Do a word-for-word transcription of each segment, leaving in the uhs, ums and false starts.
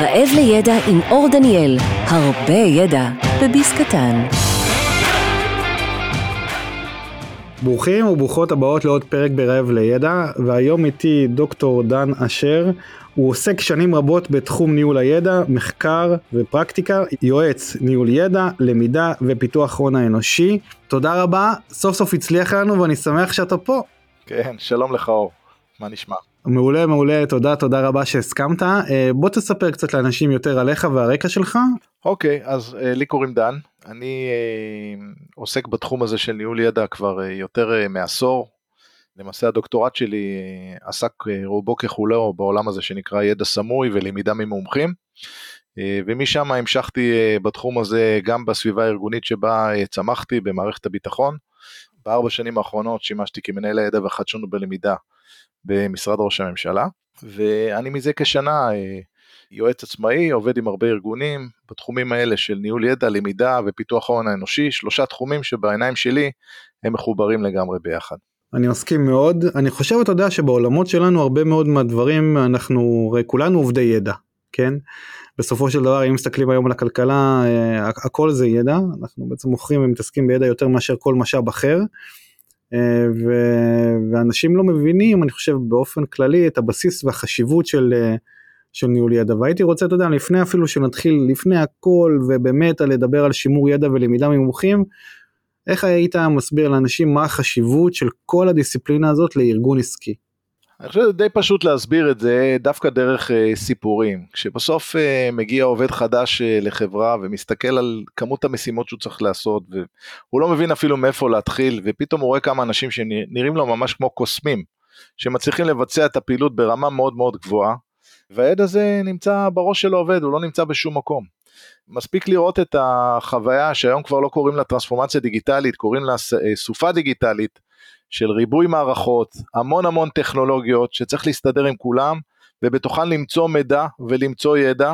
רעב לידע עם אור דניאל, הרבה ידע בביס קטן. ברוכים וברוכות הבאות לעוד פרק ברעב לידע, והיום איתי דוקטור דן אשר. הוא עוסק שנים רבות בתחום ניהול הידע, מחקר ופרקטיקה, יועץ ניהול ידע, למידה ופיתוח הון האנושי. תודה רבה, סוף סוף הצליח לנו ואני שמח שאתה פה. כן, שלום לך אור, מה נשמע? מעולה, מעולה, תודה, תודה רבה שהסכמת. בוא תספר קצת לאנשים יותר עליך והרקע שלך. אוקיי, אז לי קוראים דן, אני עוסק בתחום הזה של ניהול ידע כבר יותר מעשור. למעשה הדוקטורט שלי עסק רובו ככולו בעולם הזה שנקרא ידע סמוי ולמידה ממומחים, ומשם המשכתי בתחום הזה גם בסביבה הארגונית שבה צמחתי במערכת הביטחון. בארבע שנים האחרונות שימשתי כמנהל הידע והחדשנות בלמידה במשרד ראש הממשלה, ואני מזה כשנה יועץ עצמאי, עובד עם הרבה ארגונים בתחומים האלה של ניהול ידע, למידה ופיתוח ההון האנושי, שלושה תחומים שבעיניים שלי הם מחוברים לגמרי ביחד. אני מסכים מאוד. אני חושב, אתה יודע, שבעולמות שלנו הרבה מאוד מהדברים, אנחנו כולנו עובדי ידע, כן? בסופו של דבר, אם מסתכלים היום על הכלכלה, הכל זה ידע, אנחנו בעצם מוכרים ומתעסקים בידע יותר מאשר כל משאב אחר, ו- ואנשים לא מבינים, אני חושב באופן כללי, את הבסיס והחשיבות של, של ניהול ידע, והייתי רוצה, אתה יודע, לפני אפילו שנתחיל, לפני הכל, ובאמת לדבר על שימור ידע ולמידה ממומחים, איך היית מסביר לאנשים מה החשיבות של כל הדיסציפלינה הזאת לארגון עסקי? אני חושב שזה די פשוט להסביר את זה דווקא דרך uh, סיפורים. כשבסוף uh, מגיע עובד חדש uh, לחברה ומסתכל על כמות המשימות שהוא צריך לעשות, והוא לא מבין אפילו מאיפה להתחיל, ופתאום הוא רואה כמה אנשים שנראים לו ממש כמו קוסמים, שמצליחים לבצע את הפעילות ברמה מאוד מאוד גבוהה, והידע הזה נמצא בראש של העובד, הוא לא נמצא בשום מקום. מספיק לראות את החוויה שהיום כבר לא קוראים לה טרנספורמציה דיגיטלית, קוראים לה סופה דיגיטלית, של ריבוי מערכות, המון המון טכנולוגיות שצריך להסתדר עם כולם, ובתוכן למצוא מידע ולמצוא ידע,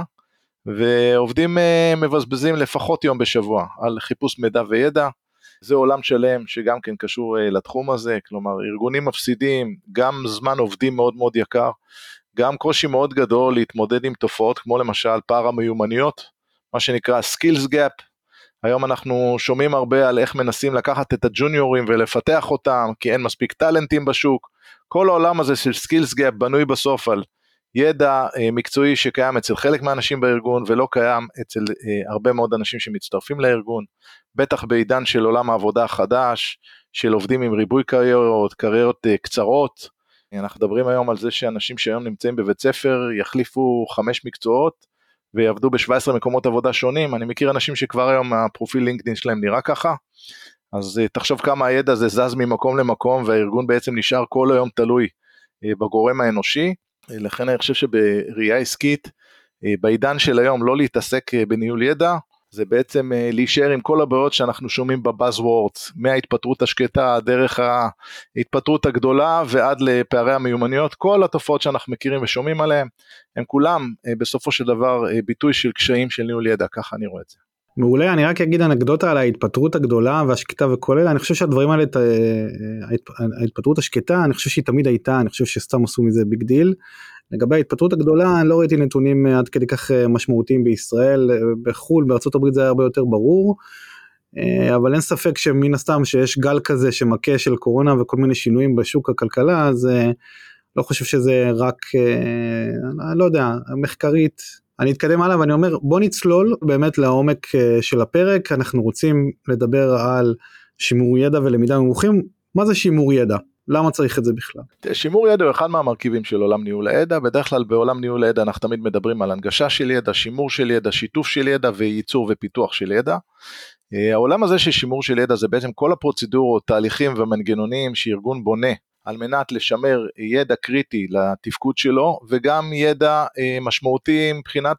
ועובדים מבזבזים לפחות יום בשבוע על חיפוש מידע וידע. זה עולם שלם שגם כן קשור לתחום הזה, כלומר ארגונים מפסידים, גם זמן עובדים מאוד מאוד יקר, גם קושי מאוד גדול להתמודד עם תופעות כמו למשל פער המיומנויות, מה שנקרא skills gap. היום אנחנו שומעים הרבה על איך מנסים לקחת את הג'וניורים ולפתח אותם, כי אין מספיק טלנטים בשוק. כל העולם הזה של skills gap בנוי בסוף על ידע מקצועי שקיים אצל חלק מהאנשים בארגון, ולא קיים אצל הרבה מאוד אנשים שמצטרפים לארגון, בטח בעידן של עולם העבודה החדש, של עובדים עם ריבוי קריירות, קריירות קצרות. אנחנו מדברים היום על זה שאנשים שהיום נמצאים בבית ספר יחליפו חמש מקצועות, ויעבדו ב-שבעה עשר מקומות עבודה שונים. אני מכיר אנשים שכבר היום הפרופיל לינקדאין שלהם נראה ככה, אז תחשוב כמה הידע זה זז ממקום למקום, והארגון בעצם נשאר כל היום תלוי בגורם האנושי. לכן אני חושב שבראייה עסקית, בעידן של היום לא להתעסק בניהול ידע, זה בעצם להישאר עם כל הבעיות שאנחנו שומעים בבאזוורדס, מההתפטרות השקטה, דרך ההתפטרות הגדולה ועד לפערי המיומנויות, כל התופעות שאנחנו מכירים ושומעים עליהן, הם כולם בסופו של דבר ביטוי של קשיים של ניהול ידע, ככה אני רואה את זה. מעולה, אני רק אגיד אנקדוטה על ההתפטרות הגדולה והשקטה וכל אלה, אני חושב שהדברים האלה, ההתפטרות השקטה, אני חושב שהיא תמיד הייתה, אני חושב שסתם עשו מזה ביג דיל. לגבי ההתפטרות הגדולה, אני לא ראיתי נתונים עד כדי כך משמעותיים בישראל, בחול, בארצות הברית זה היה הרבה יותר ברור, אבל אין ספק שמן הסתם שיש גל כזה שמכה של קורונה וכל מיני שינויים בשוק הכלכלה, אז לא חושב שזה רק, אני לא יודע, מחקרית. אני אתקדם הלאה ואני אומר, בוא נצלול באמת לעומק של הפרק. אנחנו רוצים לדבר על שימור ידע ולמידה ממומחים. מה זה שימור ידע? למה צריך את זה בכלל? שימור ידע הוא אחד מהמרכיבים של עולם ניהול הידע. בדרך כלל בעולם ניהול הידע אנחנו תמיד מדברים על הנגשה של ידע, שימור של ידע, שיתוף של ידע וייצור ופיתוח של ידע. העולם הזה של שימור של ידע זה בעצם כל הפרוצדורות, תהליכים ומנגנונים שארגון בונה על מנת לשמר ידע קריטי לתפקוד שלו, וגם ידע משמעותי מבחינת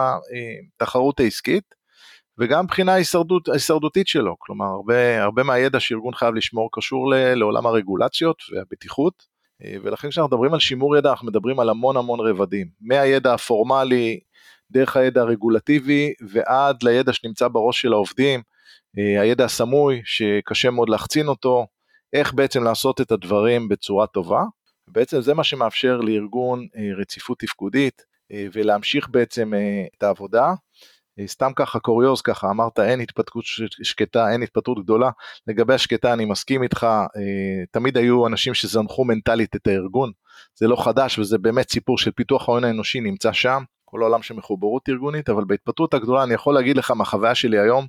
התחרות העסקית, וגם מבחינה הישרדות, הישרדותית שלו. כלומר, הרבה, הרבה מהידע שארגון חייב לשמור קשור לעולם הרגולציות והבטיחות, ולכן כשאנחנו מדברים על שימור ידע, אנחנו מדברים על המון המון רבדים, מהידע הפורמלי, דרך הידע הרגולטיבי, ועד לידע שנמצא בראש של העובדים, הידע הסמוי, שקשה מאוד להחצין אותו, איך בעצם לעשות את הדברים בצורה טובה. בעצם זה מה שמאפשר לארגון רציפות תפקודית, ולהמשיך בעצם את העבודה. סתם ככה קוריוז, ככה אמרת אין התפתחות שקטה, אין התפתחות גדולה, לגבי השקטה אני מסכים איתך, תמיד היו אנשים שזנחו מנטלית את הארגון, זה לא חדש וזה באמת סיפור של פיתוח ההון האנושי נמצא שם, כל העולם שמחוברות ארגונית, אבל בהתפתחות הגדולה אני יכול להגיד לך מהחוויה שלי היום,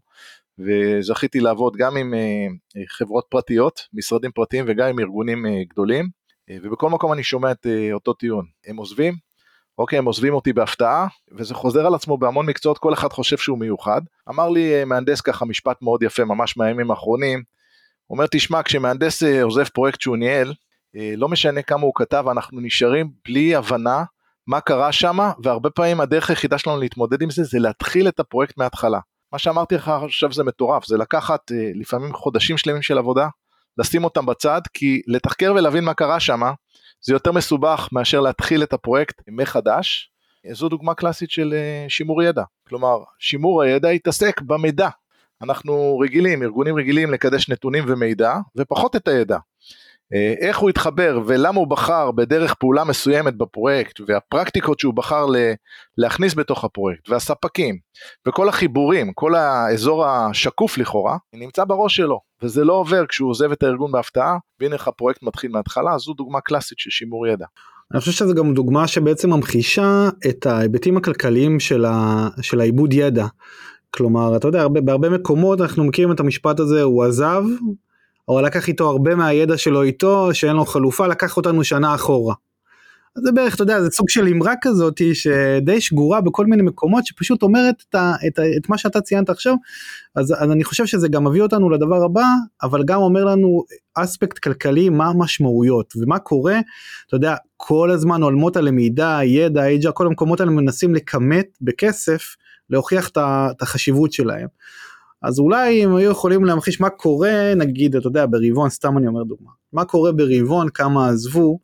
וזכיתי לעבוד גם עם חברות פרטיות, משרדים פרטיים וגם עם ארגונים גדולים, ובכל מקום אני שומע את אותו טיעון, הם עוזבים, אוקיי, הם עוזבים אותי בהפתעה, וזה חוזר על עצמו בהמון מקצועות, כל אחד חושב שהוא מיוחד. אמר לי מהנדס ככה משפט מאוד יפה, ממש מהימים האחרונים, הוא אומר, תשמע, כשמהנדס עוזב פרויקט שהוא ניהל, לא משנה כמה הוא כתב, אנחנו נשארים בלי הבנה מה קרה שם, והרבה פעמים הדרך היחידה שלנו להתמודד עם זה, זה להתחיל את הפרויקט מההתחלה. מה שאמרתי לך עכשיו זה מטורף, זה לקחת לפעמים חודשים שלמים של עבודה, לשים אותם בצד, כי לתחקר ולהבין מה קרה שם, זה יותר מסובך מאשר להתחיל את הפרויקט מחדש. זו דוגמה קלאסית של שימור ידע. כלומר, שימור הידע יתעסק במידע. אנחנו רגילים, ארגונים רגילים לקדש נתונים ומידע, ופחות את הידע. איך הוא התחבר ולמה הוא בחר בדרך פעולה מסוימת בפרויקט, והפרקטיקות שהוא בחר להכניס בתוך הפרויקט, והספקים, וכל החיבורים, כל האזור השקוף לכאורה, נמצא בראש שלו, וזה לא עובר כשהוא עוזב את הארגון בהפתעה, והנה איך הפרויקט מתחיל מההתחלה, זו דוגמה קלאסית של שימור ידע. אני חושב שזו גם דוגמה שבעצם ממחישה את ההיבטים הכלכליים של, ה... של העיבוד ידע. כלומר, אתה יודע, הרבה, בהרבה מקומות אנחנו מכירים את המשפט הזה, הוא עזב, או לקח איתו הרבה מהידע שלו איתו, שאין לו חלופה, לקח אותנו שנה אחורה. אז זה בערך, אתה יודע, זה סוג של אמרה כזאת, שדי שגורה בכל מיני מקומות, שפשוט אומרת את, את, את מה שאתה ציינת עכשיו, אז, אז אני חושב שזה גם מביא אותנו לדבר הבא, אבל גם אומר לנו אספקט כלכלי, מה המשמעויות, ומה קורה, אתה יודע, כל הזמן עולמות הלמידה, ידע, הידע, כל המקומות האלה מנסים לקמת בכסף, להוכיח את החשיבות שלהם. אז אולי הם היו יכולים להמחיש מה קורה, נגיד, אתה יודע, ברבעון, סתם אני אומר דוגמה, מה קורה ברבעון, כמה עזבו,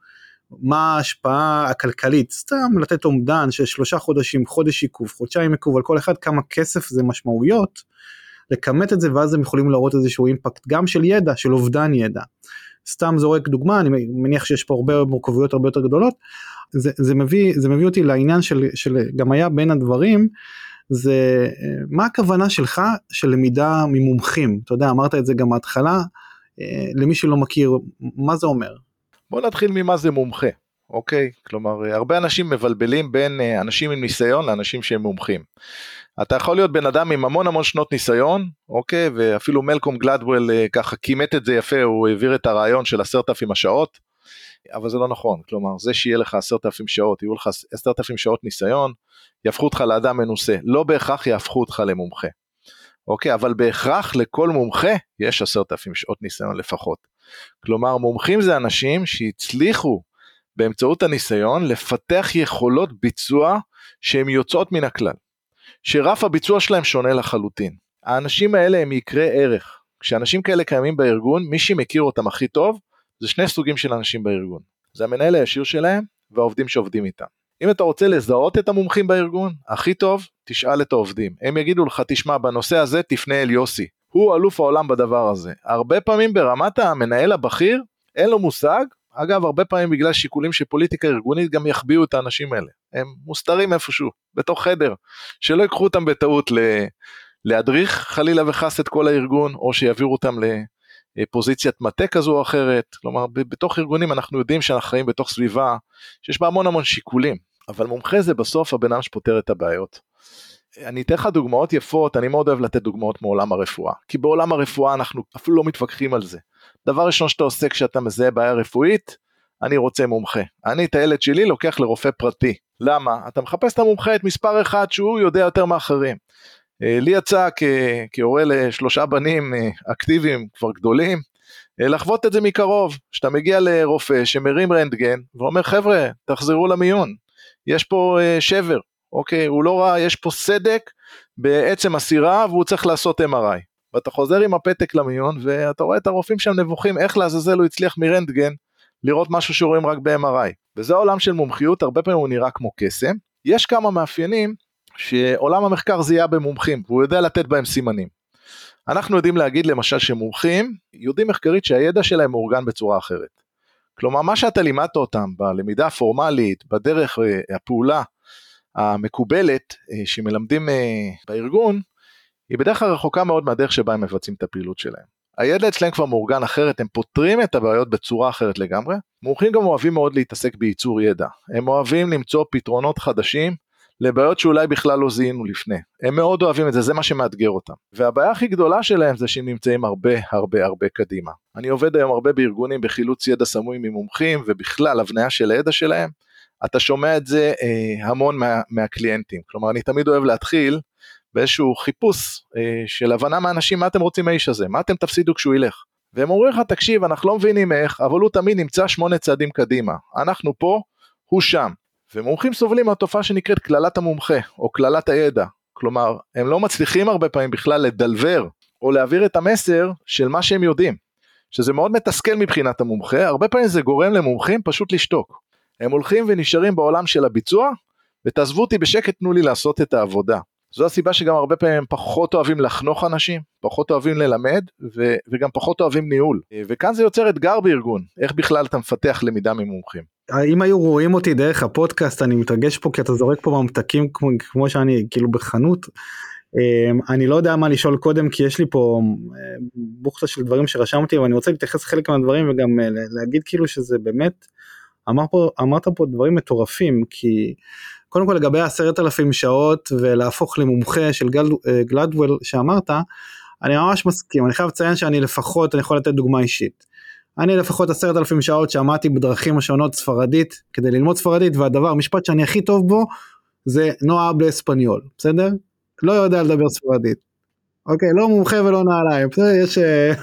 מה ההשפעה הכלכלית, סתם לתת אומדן של שלושה חודשים, חודש עיכוב, חודשיים עיכוב, על כל אחד כמה כסף זה משמעויות, לקמת את זה, ואז הם יכולים להראות איזשהו אימפקט, גם של ידע, של אובדן ידע. סתם זורק דוגמה, אני מניח שיש פה הרבה מורכבויות הרבה יותר גדולות, זה, זה מביא, זה מביא אותי לעניין של, של גם היה בין הדברים, זה מה הכוונה שלך של למידה ממומחים, אתה יודע, אמרת את זה גם מההתחלה, למי שלא מכיר, מה זה אומר? בוא נתחיל ממה זה מומחה, אוקיי? כלומר, הרבה אנשים מבלבלים בין אנשים עם ניסיון לאנשים שהם מומחים. אתה יכול להיות בן אדם עם המון המון שנות ניסיון, אוקיי? ואפילו מלקום גלדוול ככה קימת את זה יפה, הוא העביר את הרעיון של עשרת אלפים השעות, אבל זה לא נכון, כלומר, זה שיהיה לך עשרת אלפים שעות, יהיו לך עשרת אלפים שעות ניסיון, יהפכו אותך לאדם מנוסה, לא בהכרח יהפכו אותך למומחה, אוקיי? אבל בהכרח לכל מומחה יש עשרת אלפים שעות ניסיון לפחות. כלומר, מומחים זה אנשים שהצליחו באמצעות הניסיון לפתח יכולות ביצוע שהן יוצאות מן הכלל, שרף הביצוע שלהם שונה לחלוטין. האנשים האלה הם יקרי ערך. כשאנשים כאלה קיימים בארגון, מי שמכיר אותם הכי טוב, זה שני סוגים של אנשים בארגון. זה המנהל הישיר שלהם והעובדים שעובדים איתם. אם אתה רוצה לזהות את המומחים בארגון, הכי טוב, תשאל את העובדים. הם יגידו לך, תשמע, בנושא הזה תפנה אל יוסי. הוא אלוף העולם בדבר הזה. הרבה פעמים ברמת המנהל הבכיר, אין לו מושג, אגב, הרבה פעמים בגלל שיקולים של פוליטיקה ארגונית, גם יחביאו את האנשים האלה. הם מוסתרים איפשהו, בתוך חדר, שלא ייקחו אותם בטעות ל... להדריך חלילה וחס את כל הארגון, או שיעבירו אותם לפוזיציית מטה כזו או אחרת. כלומר, בתוך ארגונים אנחנו יודעים שאנחנו חיים בתוך סביבה, שיש בה המון המון שיקולים, אבל מומחה זה בסוף הבן אדם שפותר את הבעיות. אני אתן לך דוגמאות יפות, אני מאוד אוהב לתת דוגמאות מעולם הרפואה, כי בעולם הרפואה אנחנו אפילו לא מתווכחים על זה. דבר ראשון שאתה עושה כשאתה מזהה בעיה רפואית, אני רוצה מומחה. אני את הילד שלי לוקח לרופא פרטי. למה? אתה מחפש את המומחה, את מספר אחד שהוא יודע יותר מאחרים. לי יצא כהורה לשלושה בנים אקטיביים כבר גדולים, לחוות את זה מקרוב, שאתה מגיע לרופא שמרים רנטגן, ואומר חבר'ה, תחזרו למיון, יש פה שבר, אוקיי, הוא לא ראה, יש פה סדק בעצם הסירה, והוא צריך לעשות אם אר איי, ואתה חוזר עם הפתק למיון, ואתה רואה את הרופאים שם נבוכים, איך לעזאזל הוא הצליח מרנטגן, לראות משהו שרואים רק ב-אם אר איי, וזה העולם של מומחיות, הרבה פעמים הוא נראה כמו קסם, יש כמה מאפיינים, שעולם המחקר זיהה במומחים, והוא יודע לתת בהם סימנים. אנחנו יודעים להגיד למשל שמומחים, יודעים מחקרית שהידע שלהם מאורגן בצורה אחרת. כלומר, מה שאתה לימדת אותם בלמידה הפורמלית, בדרך הפעולה, המקובלת שמלמדים בארגון, היא בדרך כלל רחוקה מאוד מהדרך שבה הם מבצעים את הפעילות שלהם. הידע אצלם כבר מאורגן אחרת, הם פותרים את הבעיות בצורה אחרת לגמרי. מומחים גם אוהבים מאוד להתעסק בייצור ידע. הם אוהבים למצוא פתרונות חדשים לבעיות שאולי בכלל לא זיהינו לפני. הם מאוד אוהבים את זה, זה מה שמאתגר אותם. והבעיה הכי גדולה שלהם זה שהם נמצאים הרבה הרבה הרבה קדימה. אני עובד היום הרבה בארגונים בחילוץ ידע סמוי ממומחים, ובכלל הבניה של הידע שלהם. אתה שומע את זה אה, המון מה, מהקליינטים. כלומר, אני תמיד אוהב להתחיל באיזשהו חיפוש אה, של הבנה מהאנשים, מה אתם רוצים מהאיש הזה, מה אתם תפסידו כשהוא ילך. והם אומרים לך, תקשיב, אנחנו לא מבינים איך, אבל הוא תמיד נמצא שמונה צעדים קדימה. אנחנו פה, הוא שם. ומומחים סובלים מהתופעה שנקראת כללת המומחה, או כללת הידע. כלומר, הם לא מצליחים הרבה פעמים בכלל לדלבר, או להעביר את המסר של מה שהם יודעים. שזה מאוד מתסכל מבחינת המומחה, הרבה פעמים זה גורם למומחים פשוט לשתוק. הם הולכים ונשארים בעולם של הביצוע, ותעזבו אותי בשקט, תנו לי לעשות את העבודה. זו הסיבה שגם הרבה פעמים הם פחות אוהבים לחנוך אנשים, פחות אוהבים ללמד, ו- וגם פחות אוהבים ניהול. וכאן זה יוצר אתגר בארגון, איך בכלל אתה מפתח למידה ממומחים. אם היו רואים אותי דרך הפודקאסט, אני מתרגש פה, כי אתה זורק פה ממתקים כמו, כמו שאני, כאילו בחנות. אני לא יודע מה לשאול קודם, כי יש לי פה בוכתה של דברים שרשמתי, ואני רוצה להתייחס חלק מהדברים, וגם להגיד כאילו שזה באמת, אמר פה, אמרת פה דברים מטורפים, כי קודם כל לגבי עשרת אלפים שעות, ולהפוך למומחה של גל, גלדוול שאמרת, אני ממש מסכים, אני חייב לציין שאני לפחות, אני יכול לתת דוגמה אישית, אני לפחות עשרת אלפים שעות שעמדתי בדרכים השונות ספרדית, כדי ללמוד ספרדית, והדבר, המשפט שאני הכי טוב בו, זה no hablo español, בסדר? לא יודע לדבר ספרדית. אוקיי, לא מומחה ולא נעליים, יש,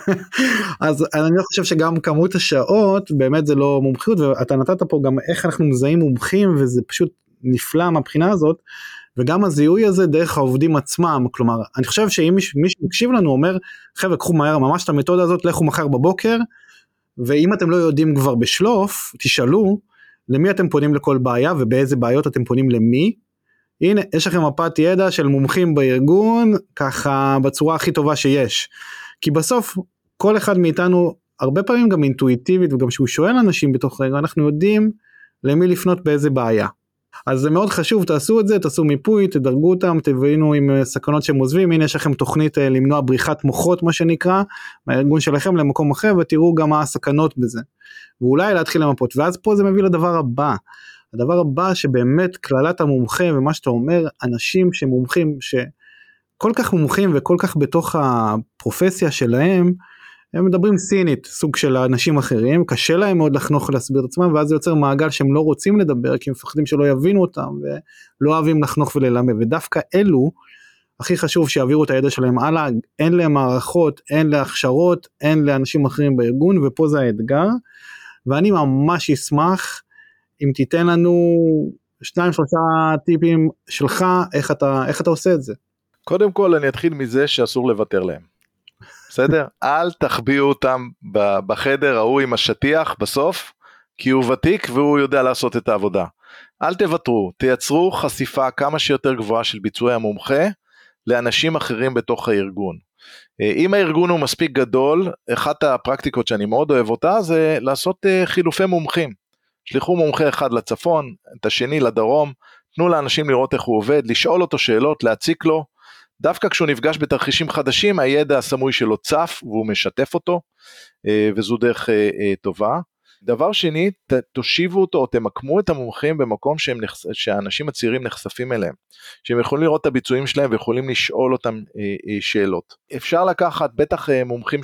אז אני לא חושב שגם כמות השעות, באמת זה לא מומחיות, ואתה נתת פה גם איך אנחנו מזהים מומחים, וזה פשוט נפלא מהבחינה הזאת, וגם הזיהוי הזה דרך העובדים עצמם, כלומר, אני חושב שאם מישהו מקשיב לנו, אומר, חבר'ה, קחו מהר ממש את המתודה הזאת, לכו מחר בבוקר, ואם אתם לא יודעים כבר בשלוף, תשאלו, למי אתם פונים לכל בעיה, ובאיזה בעיות אתם פונים למי, הנה, יש לכם מפת ידע של מומחים בארגון, ככה בצורה הכי טובה שיש, כי בסוף, כל אחד מאיתנו, הרבה פעמים גם אינטואיטיבית, וגם שהוא שואל אנשים בתוך רגע, אנחנו יודעים למי לפנות באיזה בעיה, אז זה מאוד חשוב, תעשו את זה, תעשו מיפוי, תדרגו אותם, תבינו עם סכנות שהם עוזבים, הנה יש לכם תוכנית למנוע בריחת מוחות, מה שנקרא, מהארגון שלכם למקום אחר, ותראו גם מה הסכנות בזה, ואולי להתחיל למפות, ואז פה זה מביא לדבר הבא, הדבר הבא שבאמת כללת המומחה, ומה שאתה אומר, אנשים שמומחים, שכל כך מומחים, וכל כך בתוך הפרופסיה שלהם, הם מדברים סינית, סוג של אנשים אחרים, קשה להם מאוד לחנוך ולהסביר את עצמם, ואז זה יוצר מעגל שהם לא רוצים לדבר, כי הם מפחדים שלא יבינו אותם, ולא אוהבים לחנוך וללמד, ודווקא אלו, הכי חשוב שיעבירו את הידע שלהם הלאה, אין להם מערכות, אין להכשרות, אין לאנשים אחרים בארגון, ופה זה האתגר, ואני ממש אשמח, אם תיתן לנו שניים שלושה טיפים שלך, איך אתה, איך אתה עושה את זה. קודם כל אני אתחיל מזה שאסור לוותר להם. בסדר? אל תחביאו אותם בחדר ההוא עם השטיח בסוף, כי הוא ותיק והוא יודע לעשות את העבודה. אל תוותרו, תייצרו חשיפה כמה שיותר גבוהה של ביצועי המומחה, לאנשים אחרים בתוך הארגון. אם הארגון הוא מספיק גדול, אחת הפרקטיקות שאני מאוד אוהב אותה, זה לעשות חילופי מומחים. שליחו מומחה אחד לצפון, את השני לדרום, תנו לאנשים לראות איך הוא עובד, לשאול אותו שאלות, להציק לו, דווקא כשהוא נפגש בתרחישים חדשים, הידע הסמוי שלו צף, והוא משתף אותו, וזו דרך טובה. דבר שני, תושיבו אותו, או תמקמו את המומחים במקום שהם נחש... שהאנשים הצעירים נחשפים אליהם, שהם יכולים לראות את הביצועים שלהם, ויכולים לשאול אותם שאלות. אפשר לקחת, בטח מומחים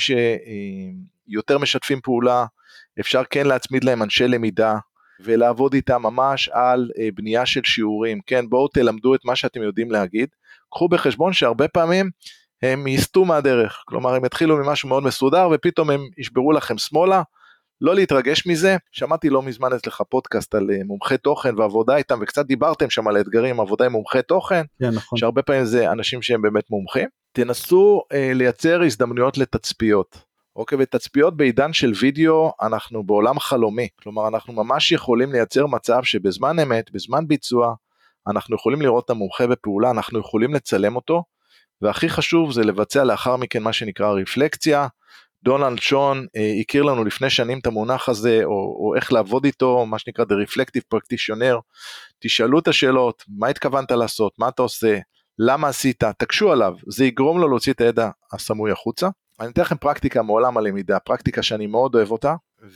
שיותר משתפים פעולה, אפשר כן להצמיד להם אנשי למידה, ולעבוד איתם ממש על בנייה של שיעורים, כן, בואו תלמדו את מה שאתם יודעים להגיד, קחו בחשבון שהרבה פעמים הם יסתו מהדרך, כלומר הם יתחילו ממשהו מאוד מסודר, ופתאום הם ישברו לכם שמאלה, לא להתרגש מזה. שמעתי לא מזמן אצלך פודקאסט על מומחי תוכן ועבודה איתם, וקצת דיברתם שם על האתגרים, עבודה עם מומחי תוכן, כן, נכון. שהרבה פעמים זה אנשים שהם באמת מומחים, תנסו אה, לייצר הזדמנויות לתצפיות, אוקיי, ותצפיות בעידן של וידאו, אנחנו בעולם חלומי, כלומר אנחנו ממש יכולים לייצר מצב שבזמן אמת, בזמן ביצוע, אנחנו יכולים לראות את המומחה בפעולה, אנחנו יכולים לצלם אותו, והכי חשוב זה לבצע לאחר מכן מה שנקרא רפלקציה, דונלד שון הכיר לנו לפני שנים את המונח הזה, או, או איך לעבוד איתו, מה שנקרא The Reflective Practitioner, תשאלו את השאלות, מה התכוונת לעשות, מה אתה עושה, למה עשית, תקשו עליו, זה יגרום לו להוציא את הידע הסמוי החוצה. אני אתן לכם פרקטיקה מעולם הלמידה, פרקטיקה שאני מאוד אוהב אותה,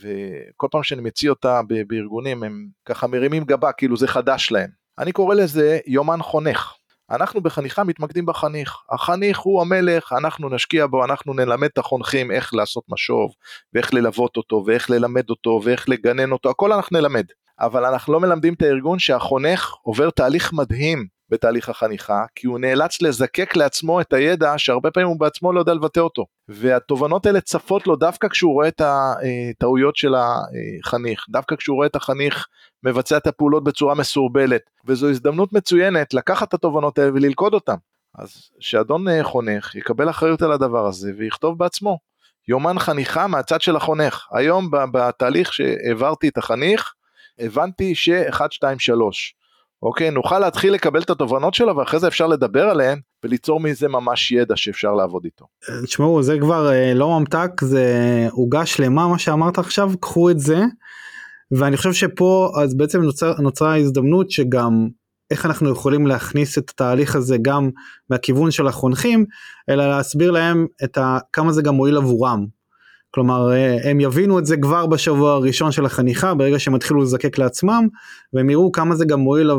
וכל פעם שאני מציא אותה בארגונים, הם ככה מרימים גבה, כאילו זה חדש להם. אני קורא לזה יומן חונך. אנחנו בחניכה מתמקדים בחניך, החניך הוא המלך, אנחנו נשקיע בו, אנחנו נלמד את החונכים איך לעשות משוב, ואיך ללוות אותו, ואיך ללמד אותו, ואיך לגנן אותו, הכל אנחנו נלמד. אבל אנחנו לא מלמדים את הארגון שהחונך עובר תהליך מדהים, בתהליך החניכה, כי הוא נאלץ לזקק לעצמו את הידע, שהרבה פעמים הוא בעצמו לא יודע לבטא אותו, והתובנות האלה צפות לו דווקא כשהוא רואה את הטעויות של החניך, דווקא כשהוא רואה את החניך מבצע את הפעולות בצורה מסורבלת, וזו הזדמנות מצוינת לקחת את התובנות האלה וללכוד אותן. אז שאדון חונך יקבל אחריות על הדבר הזה, ויכתוב בעצמו יומן חניכה מהצד של החונך. היום בתהליך שהעברתי את החניך, הבנתי ש-אחת, שתיים, שלוש, אוקיי, נוכל להתחיל לקבל את התובנות שלו, ואחרי זה אפשר לדבר עליהן, וליצור מזה ממש ידע שאפשר לעבוד איתו. תשמעו, זה כבר לא ממתק, זה הוגה שלמה מה שאמרת עכשיו, קחו את זה, ואני חושב שפה, אז בעצם נוצר, נוצרה ההזדמנות, שגם איך אנחנו יכולים להכניס את התהליך הזה, גם מהכיוון של החונכים, אלא להסביר להם את ה, כמה זה גם מועיל עבורם, כלומר, הם יבינו את זה כבר בשבוע הראשון של החניכה, ברגע שהם התחילו לזקק לעצמם, והם יראו כמה זה גם מועיל,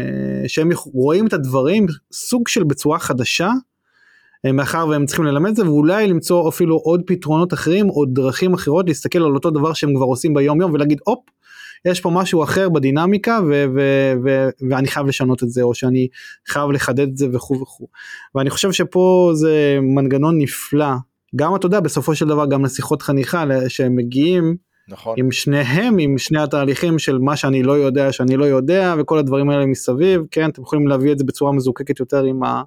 שהם רואים את הדברים, סוג של בצורה חדשה, מאחר והם צריכים ללמד זה, ואולי למצוא אפילו עוד פתרונות אחרים, או דרכים אחרות, להסתכל על אותו דבר שהם כבר עושים ביום יום, ולהגיד, אופ, יש פה משהו אחר בדינמיקה, ו- ו- ו- ואני חייב לשנות את זה, או שאני חייב לחדד את זה וכו' וכו'. ואני חושב שפה זה מנגנון נפלא, גם אתה יודע, בסופו של דבר, גם לשיחות חניכה, שהם מגיעים, נכון. עם שניהם, עם שני התהליכים של מה שאני לא יודע, שאני לא יודע, וכל הדברים האלה מסביב, כן, אתם יכולים להביא את זה בצורה מזוקקת יותר עם, ה,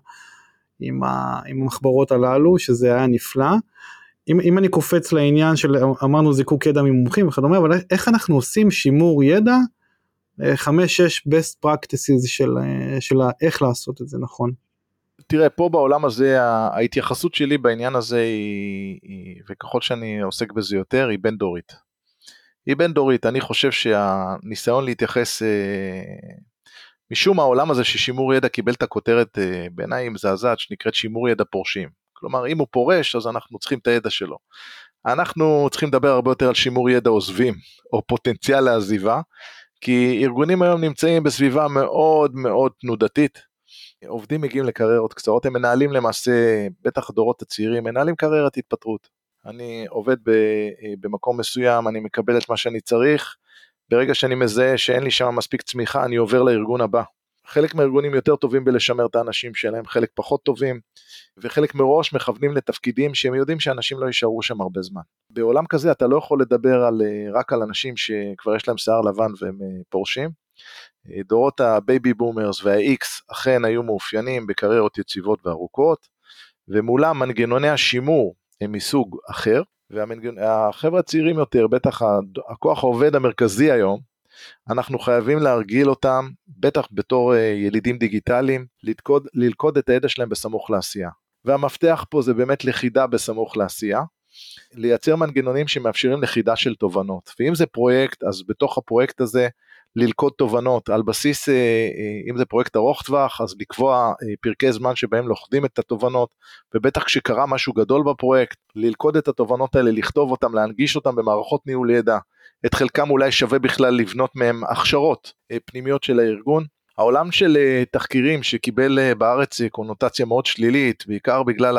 עם, ה, עם המחברות הללו, שזה היה נפלא. אם, אם אני קופץ לעניין של, אמרנו זיקוק ידע ממומחים וכדומה, אבל איך אנחנו עושים שימור ידע, חמש, שש best practices של, של איך לעשות את זה נכון. תראה, פה בעולם הזה, ההתייחסות שלי בעניין הזה היא, היא, וככל שאני עוסק בזה יותר, היא בין דורית. היא בין דורית, אני חושב שהניסיון להתייחס, משום העולם הזה ששימור ידע קיבל את הכותרת בעיניי מזעזעת, שנקראת שימור ידע פורשים. כלומר, אם הוא פורש, אז אנחנו צריכים את הידע שלו. אנחנו צריכים לדבר הרבה יותר על שימור ידע עוזבים, או פוטנציאל לעזיבה, כי ארגונים היום נמצאים בסביבה מאוד מאוד תנודתית, עובדים מגיעים לקריירות קצרות, הם מנהלים למעשה, בטח הדורות הצעירים, מנהלים קריירת התפטרות. אני עובד במקום מסוים, אני מקבל את מה שאני צריך, ברגע שאני מזהה שאין לי שם מספיק צמיחה, אני עובר לארגון הבא. חלק מהארגונים יותר טובים בלשמר את האנשים שלהם, חלק פחות טובים, וחלק מראש מכוונים לתפקידים שהם יודעים שאנשים לא יישארו שם הרבה זמן. בעולם כזה אתה לא יכול לדבר על, רק על אנשים שכבר יש להם שיער לבן והם פורשים, דורות הבייבי בומרס וה-X אכן היו מאופיינים בקריירות יציבות וארוכות, ומולם מנגנוני השימור הם מסוג אחר, והחבר'ה הצעירים יותר, בטח הכוח העובד המרכזי היום, אנחנו חייבים להרגיל אותם, בטח בתור ילידים דיגיטליים, ללכוד, ללכוד את הידע שלהם בסמוך לעשייה. והמפתח פה זה באמת לכידה בסמוך לעשייה, לייצר מנגנונים שמאפשרים לכידה של תובנות, ואם זה פרויקט, אז בתוך הפרויקט הזה, ללכוד תובנות על בסיס, אם זה פרויקט ארוך טווח, אז לקבוע פרקי זמן שבהם לוכדים את התובנות, ובטח כשקרה משהו גדול בפרויקט, ללכוד את התובנות האלה, לכתוב אותם, להנגיש אותם במערכות ניהול ידע, את חלקם אולי שווה בכלל לבנות מהם הכשרות פנימיות של הארגון. העולם של תחקירים שקיבל בארץ קונוטציה מאוד שלילית, בעיקר בגלל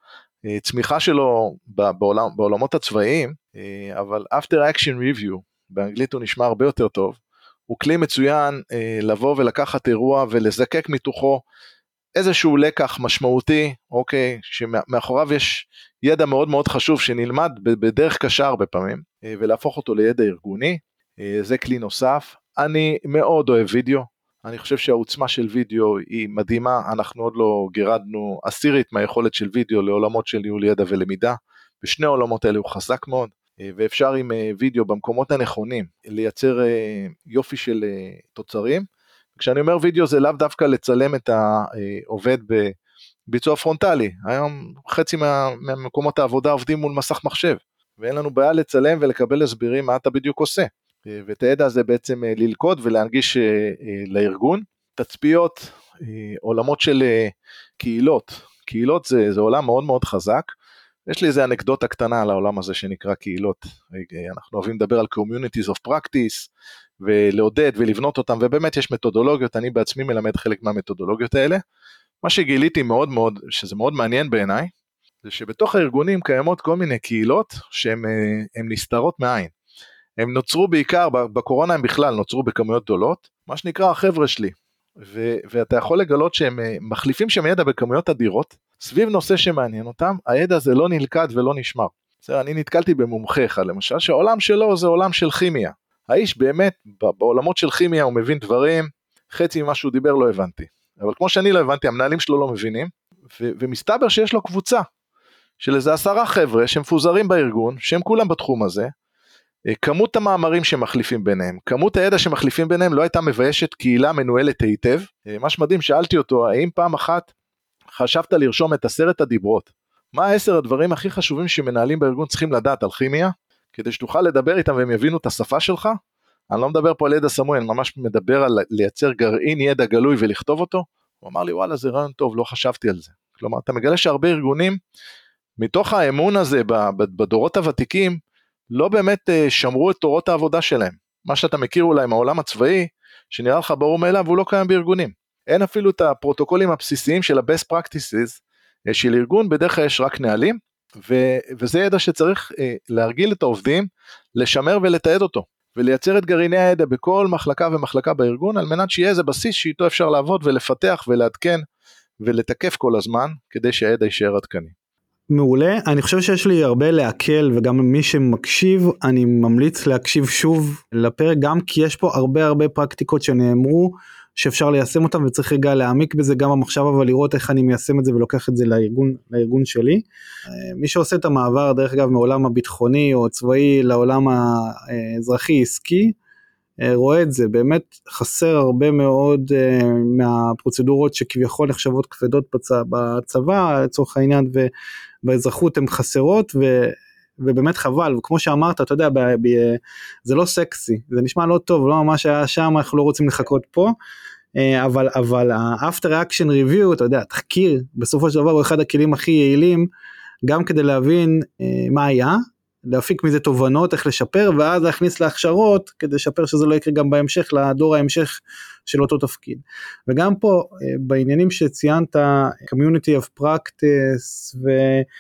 הצמיחה שלו בעולם, בעולמות הצבאיים, אבל after action review, באנגלית הוא נשמע הרבה יותר טוב, הוא כלי מצוין אה, לבוא ולקחת אירוע ולזקק מתוכו איזשהו לקח משמעותי, אוקיי, שמאחוריו יש ידע מאוד מאוד חשוב שנלמד בדרך קשה הרבה פעמים, אה, ולהפוך אותו לידע ארגוני, אה, זה כלי נוסף. אני מאוד אוהב וידאו, אני חושב שהעוצמה של וידאו היא מדהימה, אנחנו עוד לא גירדנו עשירית מהיכולת של וידאו לעולמות של ניהול ידע ולמידה, בשני העולמות האלה הוא חזק מאוד, ואפשר עם וידאו במקומות הנכונים לייצר יופי של תוצרים. כשאני אומר וידאו זה לאו דווקא לצלם את העובד בביצוע פרונטלי, היום חצי מהמקומות העבודה עובדים מול מסך מחשב, ואין לנו בעיה לצלם ולקבל הסבירים מה אתה בדיוק עושה. ואת הידע הזה בעצם ללכוד ולהנגיש לארגון. תצפיות, עולמות של קהילות, קהילות זה, זה עולם מאוד מאוד חזק, יש לי איזה אנקדוטה קטנה על העולם הזה שנקרא קהילות, אנחנו אוהבים לדבר על communities of practice, ולעודד ולבנות אותם, ובאמת יש מתודולוגיות, אני בעצמי מלמד חלק מהמתודולוגיות האלה, מה שגיליתי מאוד מאוד, שזה מאוד מעניין בעיניי, זה שבתוך הארגונים קיימות כל מיני קהילות, שהן נסתרות מעין, הם נוצרו בעיקר, בקורונה הם בכלל נוצרו בכמויות גדולות, מה שנקרא החבר'ה שלי, ו- ואתה יכול לגלות שהם מחליפים שם ידע בכמויות אדירות, סביב נושא שמעניין אותם, הידע הזה לא נלכד ולא נשמר. בסדר, אני נתקלתי במומחה אחד, למשל, שהעולם שלו זה עולם של כימיה. האיש באמת, בעולמות של כימיה הוא מבין דברים, חצי ממה שהוא דיבר לא הבנתי. אבל כמו שאני לא הבנתי, המנהלים שלו לא מבינים, ו- ומסתבר שיש לו קבוצה, של איזה עשרה חבר'ה שמפוזרים בארגון, שהם כולם בתחום הזה, כמות המאמרים שמחליפים ביניהם, כמות הידע שמחליפים ביניהם לא הייתה מביישת קהילה מנוהלת היטב. מה שמדהים, שאלתי אותו, האם פעם אחת חשבת לרשום את עשרת הדיברות? מה עשר הדברים הכי חשובים שמנהלים בארגון צריכים לדעת על כימיה, כדי שתוכל לדבר איתם והם יבינו את השפה שלך? אני לא מדבר פה על ידע סמוי, אני ממש מדבר על לייצר גרעין ידע גלוי ולכתוב אותו. הוא אמר לי, וואלה, זה רעיון טוב, לא חשבתי על זה. כלומר, אתה מגלה שהרבה ארגונים, מתוך האמון הזה בדורות הוותיקים, לא באמת שמרו את תורות העבודה שלהם. מה שאתה מכיר אולי מהעולם הצבאי, שנראה לך ברור מאליו, הוא לא קיים בארגונים. אין אפילו את הפרוטוקולים הבסיסיים של ה-best practices של ארגון, בדרך כלל יש רק נהלים, ו- וזה ידע שצריך להרגיל את העובדים, לשמר ולתעד אותו, ולייצר את גרעיני הידע בכל מחלקה ומחלקה בארגון, על מנת שיהיה איזה בסיס שאיתו אפשר לעבוד ולפתח ולעדכן ולתקף כל הזמן, כדי שהידע יישאר עדכני. מעולה, אני חושב שיש לי הרבה להקל, וגם מי שמקשיב, אני ממליץ להקשיב שוב לפרק, גם כי יש פה הרבה הרבה פרקטיקות שנאמרו, שאפשר ליישם אותם, וצריך רגע להעמיק בזה גם במחשב, אבל לראות איך אני מיישם את זה, ולוקח את זה לארגון, לארגון שלי. מי שעושה את המעבר, דרך אגב, מעולם הביטחוני או צבאי, לעולם האזרחי עסקי, רואה את זה, באמת חסר הרבה מאוד מהפרוצדורות, שכביכול נחשבות כבדות בצבא, לצורך העניין, ובאזרחות הן חסרות, ו... ובאמת חבל, וכמו שאמרת, אתה יודע, ב, ב, זה לא סקסי, זה נשמע לא טוב, לא ממש היה שם, אנחנו לא רוצים לחכות פה, אבל, אבל ה-after action review, אתה יודע, תחקיר, בסופו של דבר, הוא אחד הכלים הכי יעילים, גם כדי להבין מה היה, להפיק מזה תובנות, איך לשפר, ואז להכניס להכשרות, כדי לשפר שזה לא יקרה גם בהמשך, לדור ההמשך של אותו תפקיד. וגם פה, בעניינים שציינת, community of practice, ו...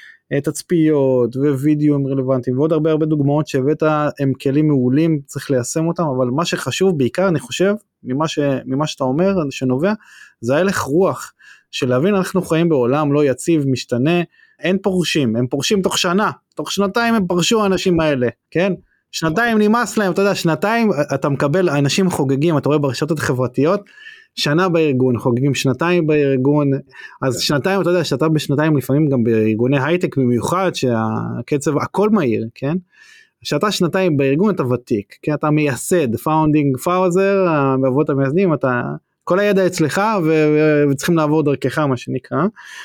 תצפיות ווידאוים רלוונטיים, ועוד הרבה הרבה דוגמאות שהבאת, הם כלים מעולים, צריך ליישם אותם, אבל מה שחשוב בעיקר, אני חושב, ממה, ש, ממה שאתה אומר, שנובע, זה הלך רוח, של להבין, אנחנו חיים בעולם לא יציב, משתנה, אין פורשים, הם פורשים תוך שנה, תוך שנתיים הם פרשו האנשים האלה, כן? שנתיים נמאס להם, אתה יודע, שנתיים, אתה מקבל, אנשים חוגגים, אתה רואה ברשתות החברתיות, שנה בארגון, חוגגים שנתיים בארגון, אז שנתיים, אתה יודע, שאתה בשנתיים לפעמים גם בארגוני הייטק במיוחד, שהקצב הכל מהיר, כן? שאתה שנתיים בארגון אתה ותיק, כן? אתה מייסד, founding father, באבות המייסדים, אתה, כל הידע אצלך, וצריכים לעבור דרכך, מה שנקרא,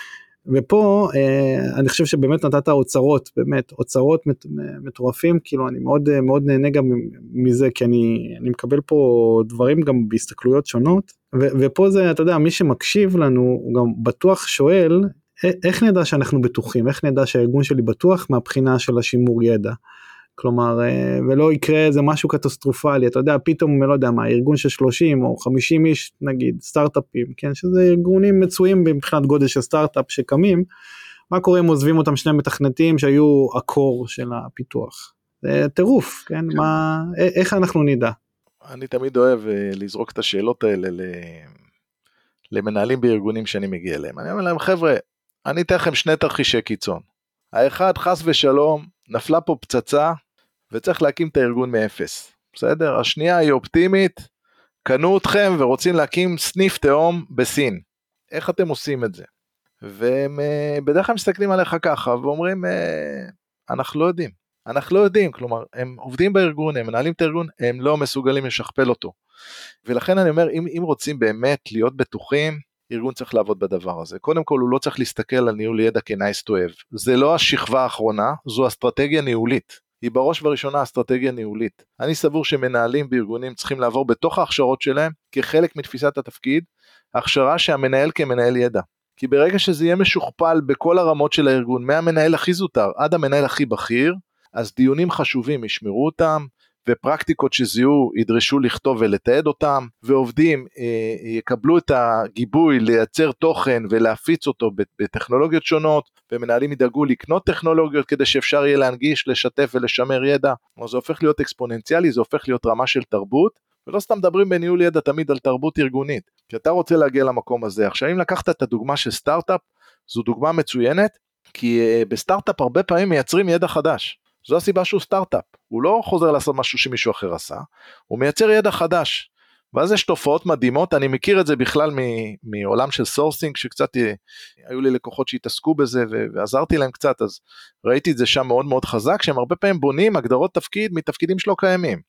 ופה אני חושב שבאמת נתת אוצרות, באמת, אוצרות מטורפים, כאילו אני מאוד מאוד נהנה גם מזה, כי אני, אני מקבל פה דברים גם בהסתכלויות שונות, ו, ופה זה, אתה יודע, מי שמקשיב לנו, הוא גם בטוח שואל, איך נדע שאנחנו בטוחים, איך נדע שהארגון שלי בטוח מהבחינה של השימור ידע, כלומר, ולא יקרה איזה משהו קטסטרופלי, אתה יודע, פתאום, לא יודע מה, ארגון של שלושים או חמישים איש, נגיד, סטארט-אפים, כן, שזה ארגונים מצויים מבחינת גודל של סטארט-אפ שקמים, מה קורה אם עוזבים אותם שני מתכנתים שהיו הקור של הפיתוח? זה טירוף, כן, מה, איך אנחנו נדע? אני תמיד אוהב לזרוק את השאלות האלה למנהלים בארגונים שאני מגיע אליהם, אני אומר להם, חבר'ה, אני אתן לכם שני תרחישי קיצון, האחד, חס ושלום, נפלה פה פצצה, וצריך להקים את הארגון מאפס, בסדר? השנייה היא אופטימית, קנו אתכם ורוצים להקים סניף תאום בסין, איך אתם עושים את זה? והם בדרך כלל מסתכלים עליך ככה, ואומרים, אנחנו לא יודעים, אנחנו לא יודעים, כלומר, הם עובדים בארגון, הם מנהלים את הארגון, הם לא מסוגלים לשכפל אותו, ולכן אני אומר, אם, אם רוצים באמת להיות בטוחים, ארגון צריך לעבוד בדבר הזה. קודם כל הוא לא צריך להסתכל על ניהול ידע כ-nice to have, זה לא השכבה האחרונה, זו אסטרטגיה ניהולית, היא בראש ובראשונה אסטרטגיה ניהולית. אני סבור שמנהלים בארגונים צריכים לעבור בתוך ההכשרות שלהם, כחלק מתפיסת התפקיד, הכשרה שהמנהל כמנהל ידע. כי ברגע שזה יהיה משוכפל בכל הרמות של הארגון, מהמנהל הכי זוטר עד המנהל הכי בכיר, אז דיונים חשובים ישמרו אותם, ופרקטיקות שזיהו ידרשו לכתוב ולתעד אותם, ועובדים אה, יקבלו את הגיבוי לייצר תוכן ולהפיץ אותו בטכנולוגיות שונות, ומנהלים ידאגו לקנות טכנולוגיות כדי שאפשר יהיה להנגיש, לשתף ולשמר ידע. זה הופך להיות אקספוננציאלי, זה הופך להיות רמה של תרבות, ולא סתם מדברים בניהול ידע תמיד על תרבות ארגונית, כי אתה רוצה להגיע למקום הזה. עכשיו אם לקחת את הדוגמה של סטארט-אפ, זו דוגמה מצוינת, כי בסטארט-אפ הרבה פעמים מייצרים ידע חדש, זו הסיבה שהוא סטארט-אפ, הוא לא חוזר לעשות משהו שמישהו אחר עשה, הוא מייצר ידע חדש, ואז יש תופעות מדהימות, אני מכיר את זה בכלל מעולם של סורסינג, שקצת היו לי לקוחות שהתעסקו בזה, ועזרתי להם קצת, אז ראיתי את זה שם מאוד מאוד חזק, שהם הרבה פעמים בונים הגדרות תפקיד, מתפקידים שלא קיימים,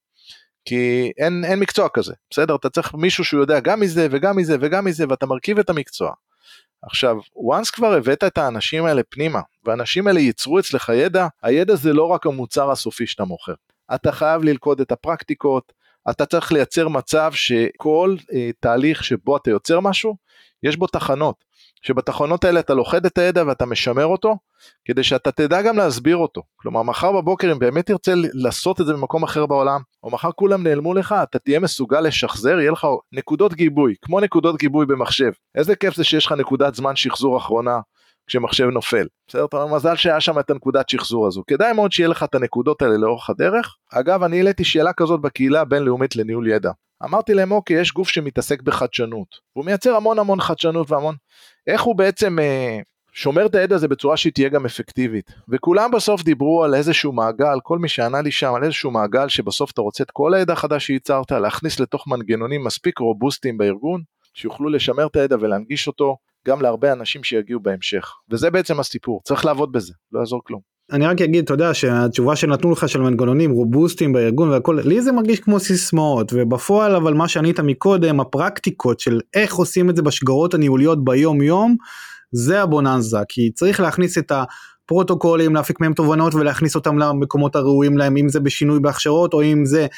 כי אין, אין מקצוע כזה, בסדר? אתה צריך מישהו שהוא יודע גם מזה, וגם מזה, וגם מזה, ואתה מרכיב את המקצוע. עכשיו, once כבר הבאת את האנשים האלה פנימה, והאנשים האלה ייצרו אצלך ידע, הידע זה לא רק המוצר הסופי שאתה מוכר. אתה חייב ללכוד את הפרקטיקות, אתה צריך לייצר מצב שכל אה, תהליך שבו אתה יוצר משהו, יש בו תחנות, שבתחנות האלה אתה לוכד את הידע ואתה משמר אותו, כדי שאתה תדע גם להסביר אותו. כלומר, מחר בבוקר אם באמת תרצה לעשות את זה במקום אחר בעולם, או מחר כולם נעלמו לך, אתה תהיה מסוגל לשחזר, יהיה לך נקודות גיבוי, כמו נקודות גיבוי במחשב. איזה כיף זה שיש לך נקודת זמן שחזור אחרונה, כשמחשב נופל. בסדר, אתה אומר, מזל שהיה שם את הנקודת שחזור הזו. כדאי מאוד שיהיה לך את הנקודות האלה לאורך הדרך. אגב, אני העליתי שאלה כזאת בקהילה הבינלאומית לניהול ידע. אמרתי להם, אוקיי, יש גוף שמתעסק בחדשנות, הוא מייצר המון המון חדשנות והמון, איך הוא בעצם אה, שומר את הידע הזה בצורה שהיא תהיה גם אפקטיבית, וכולם בסוף דיברו על איזשהו מעגל, כל מי שענה לי שם, על איזשהו מעגל שבסוף אתה רוצה את כל הידע החדש שייצרת, להכניס לתוך מנגנונים מספיק רובוסטיים בארגון, שיוכלו לשמר את הידע ולהנגיש אותו, גם להרבה אנשים שיגיעו בהמשך, וזה בעצם הסיפור, צריך לעבוד בזה, לא יעזור כלום. אני רק אגיד, אתה יודע, שהתשובה שנתנו לך של מנגנונים רובוסטיים בארגון והכל, לי זה מרגיש כמו סיסמאות, ובפועל אבל מה שענית מקודם, הפרקטיקות של איך עושים את זה בשגרות הניהוליות ביום יום, זה הבוננזה, כי צריך להכניס את הפרוטוקולים, להפיק מהם תובנות ולהכניס אותם למקומות הראויים להם, אם זה בשינוי בהכשרות או אם זה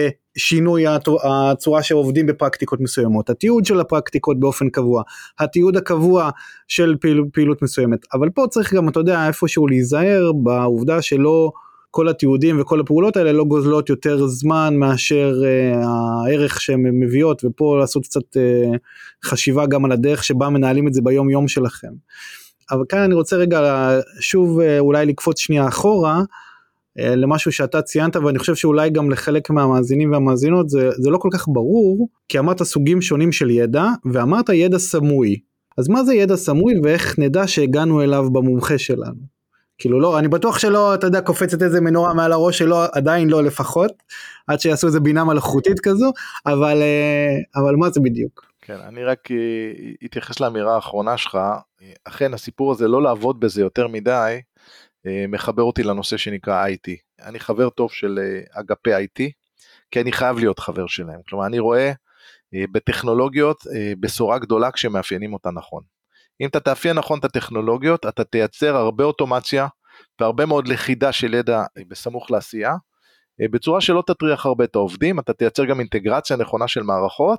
בשינוי הצורה שעובדים בפרקטיקות מסוימות, התיעוד של הפרקטיקות באופן קבוע, התיעוד הקבוע של פעיל, פעילות מסוימת, אבל פה צריך גם, אתה יודע, איפשהו להיזהר בעובדה שלא כל התיעודים וכל הפעולות האלה לא גוזלות יותר זמן מאשר uh, הערך שהן מביאות, ופה לעשות קצת uh, חשיבה גם על הדרך שבה מנהלים את זה ביום יום שלכם. אבל כאן אני רוצה רגע שוב uh, אולי לקפוץ שנייה אחורה, uh, למשהו שאתה ציינת, ואני חושב שאולי גם לחלק מהמאזינים והמאזינות זה, זה לא כל כך ברור, כי אמרת סוגים שונים של ידע, ואמרת ידע סמוי. אז מה זה ידע סמוי, ואיך נדע שהגענו אליו במומחה שלנו? כאילו לא, אני בטוח שלא, אתה יודע, קופצת איזה מנורה מעל הראש שלו, עדיין לא לפחות, עד שיעשו איזה בינה מלאכותית כזו, אבל, אבל מה זה בדיוק? כן, אני רק אתייחס לאמירה האחרונה שלך, אכן הסיפור הזה לא לעבוד בזה יותר מדי, מחבר אותי לנושא שנקרא איי טי, אני חבר טוב של אגפי איי טי, כי אני חייב להיות חבר שלהם, כלומר אני רואה בטכנולוגיות בשורה גדולה כשמאפיינים אותה נכון, אם אתה תאפיין נכון את הטכנולוגיות, אתה תייצר הרבה אוטומציה, והרבה מאוד לחידה של ידע בסמוך לעשייה, בצורה שלא תטריח הרבה את העובדים, אתה תייצר גם אינטגרציה נכונה של מערכות,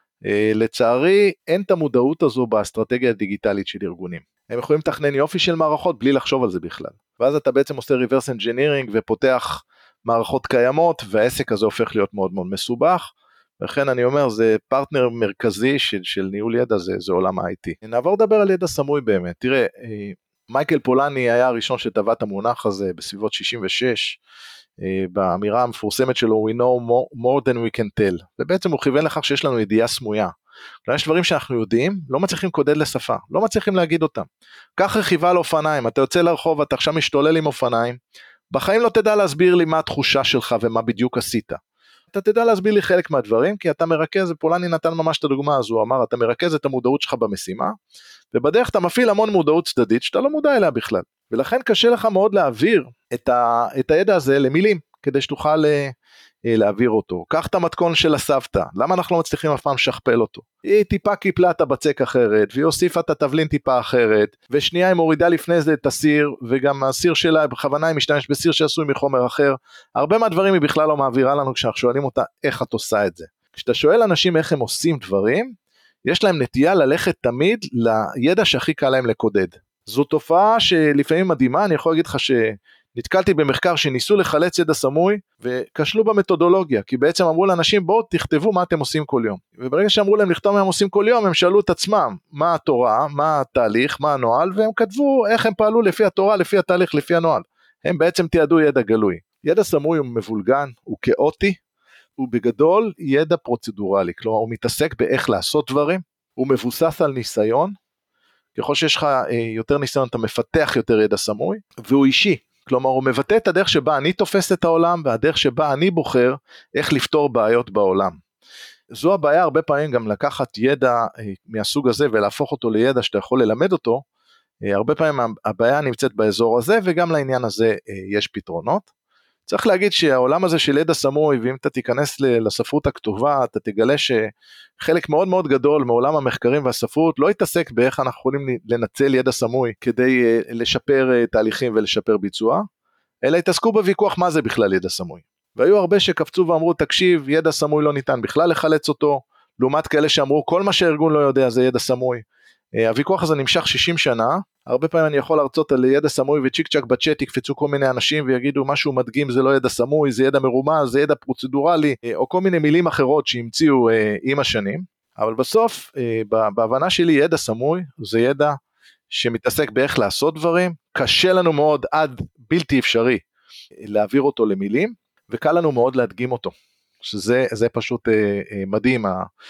לצערי אין את המודעות הזו באסטרטגיה הדיגיטלית של ארגונים, הם יכולים לתכנן יופי של מערכות בלי לחשוב על זה בכלל, ואז אתה בעצם עושה reverse engineering ופותח מערכות קיימות, והעסק הזה הופך להיות מאוד מאוד מסובך, לכן אני אומר, זה פרטנר מרכזי של, של ניהול ידע, זה, זה עולם ה-איי טי. נעבור לדבר על ידע סמוי באמת. תראה, מייקל פולני היה הראשון שטבע את המונח הזה בסביבות שישים ושש, באמירה המפורסמת שלו, we know more, more than we can tell, ובעצם הוא כיוון לכך שיש לנו ידיעה סמויה. יש דברים שאנחנו יודעים, לא מצליחים קודד לשפה, לא מצליחים להגיד אותם. כך רכיבה על אופניים, אתה יוצא לרחוב, אתה עכשיו משתולל עם אופניים, בחיים לא תדע להסביר לי מה התחושה שלך ומה בדיוק עשית. אתה תדע להסביר לי חלק מהדברים, כי אתה מרכז, ופולני נתן ממש את הדוגמה הזו, הוא אמר, אתה מרכז את המודעות שלך במשימה, ובדרך אתה מפעיל המון מודעות צדדית, שאתה לא מודע אליה בכלל, ולכן קשה לך מאוד להעביר את, ה, את הידע הזה למילים, כדי שתוכל להעביר אותו. קח את המתכון של הסבתא, למה אנחנו לא מצליחים אף פעם לשכפל אותו? היא טיפה קיפלה את הבצק אחרת, והיא הוסיפה את התבלין טיפה אחרת, ושנייה היא מורידה לפני זה את הסיר, וגם הסיר שלה, בכוונה היא משתמש בסיר שעשוי מחומר אחר, הרבה מהדברים היא בכלל לא מעבירה לנו, כשאנחנו שואלים אותה איך את עושה את זה. כשאתה שואל אנשים איך הם עושים דברים, יש להם נטייה ללכת תמיד לידע שהכי קל להם לקודד. זו תופעה שלפעמים מדהימה, אני יכול להגיד לך ש... נתקלתי במחקר שניסו לחלץ ידע סמוי, וכשלו במתודולוגיה, כי בעצם אמרו לאנשים, בואו תכתבו מה אתם עושים כל יום. וברגע שאמרו להם לכתוב מה הם עושים כל יום, הם שאלו את עצמם, מה התורה, מה התהליך, מה הנועל, והם כתבו איך הם פעלו לפי התורה, לפי התהליך, לפי הנועל. הם בעצם תיעדו ידע גלוי. ידע סמוי הוא מבולגן, הוא כאוטי, הוא בגדול ידע פרוצדורלי, כלומר הוא מתעסק באיך לעשות דברים, הוא מבוסס על ניסיון, ככל שיש לך יותר ניסיון, אתה מפתח יותר ידע סמוי, והוא אישי. כלומר, הוא מבטא את הדרך שבה אני תופס את העולם, והדרך שבה אני בוחר איך לפתור בעיות בעולם. זו הבעיה הרבה פעמים גם לקחת ידע מהסוג הזה, ולהפוך אותו לידע שאתה יכול ללמד אותו, הרבה פעמים הבעיה נמצאת באזור הזה, וגם לעניין הזה יש פתרונות. צריך להגיד שהעולם הזה של ידע סמוי, ואם אתה תיכנס לספרות הכתובה, אתה תגלה שחלק מאוד מאוד גדול מעולם המחקרים והספרות, לא יתעסק באיך אנחנו יכולים לנצל ידע סמוי, כדי לשפר תהליכים ולשפר ביצוע, אלא יתעסקו בוויכוח מה זה בכלל ידע סמוי. והיו הרבה שקפצו ואמרו, תקשיב, ידע סמוי לא ניתן בכלל לחלץ אותו, לעומת כאלה שאמרו, כל מה שהארגון לא יודע זה ידע סמוי. הוויכוח הזה נמשך שישים שנה, הרבה פעמים אני יכול להרצות על ידע סמוי וצ'יק צ'ק בצ'אט יקפצו כל מיני אנשים ויגידו משהו מדגים זה לא ידע סמוי, זה ידע מרומז, זה ידע פרוצדורלי, או כל מיני מילים אחרות שהמציאו עם השנים, אבל בסוף בהבנה שלי ידע סמוי זה ידע שמתעסק באיך לעשות דברים, קשה לנו מאוד עד בלתי אפשרי להעביר אותו למילים, וקל לנו מאוד להדגים אותו, שזה זה פשוט מדהים,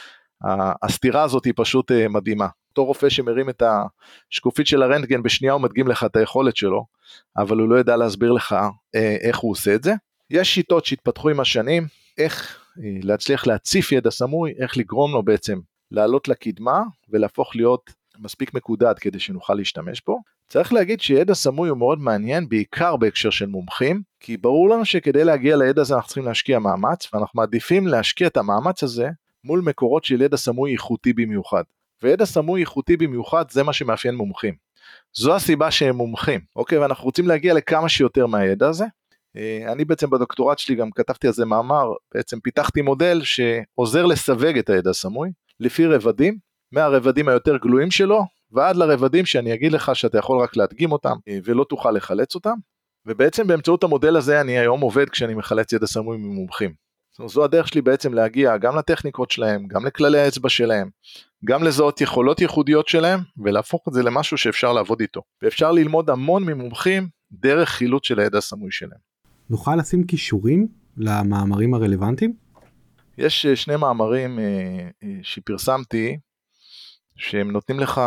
הסתירה הזאת היא פשוט מדהימה. אותו רופא שמרים את השקופית של הרנטגן בשנייה הוא מדגים לך את היכולת שלו, אבל הוא לא ידע להסביר לך איך הוא עושה את זה. יש שיטות שהתפתחו עם השנים, איך להצליח להציף ידע סמוי, איך לגרום לו בעצם לעלות לקדמה ולהפוך להיות מספיק מקודד כדי שנוכל להשתמש בו. צריך להגיד שידע סמוי הוא מאוד מעניין, בעיקר בהקשר של מומחים, כי ברור לנו שכדי להגיע לידע הזה אנחנו צריכים להשקיע מאמץ, ואנחנו מעדיפים להשקיע את המאמץ הזה מול מקורות של ידע סמוי איכותי במיוחד. וידע סמוי איכותי במיוחד זה מה שמאפיין מומחים. זו הסיבה שהם מומחים, אוקיי? ואנחנו רוצים להגיע לכמה שיותר מהידע הזה. אני בעצם בדוקטורט שלי גם כתבתי על זה מאמר, בעצם פיתחתי מודל שעוזר לסווג את הידע סמוי, לפי רבדים, מהרבדים היותר גלויים שלו, ועד לרבדים שאני אגיד לך שאתה יכול רק להדגים אותם, ולא תוכל לחלץ אותם. ובעצם באמצעות המודל הזה אני היום עובד כשאני מחלץ ידע סמוי ממומחים. זו הדרך שלי בעצם להגיע גם לטכניקות שלהם, גם לכללי האצבע שלהם, גם לזהות יכולות ייחודיות שלהם, ולהפוך את זה למשהו שאפשר לעבוד איתו. ואפשר ללמוד המון ממומחים דרך חילוץ של הידע הסמוי שלהם. נוכל לשים קישורים למאמרים הרלוונטיים? יש שני מאמרים שפרסמתי, שהם נותנים לך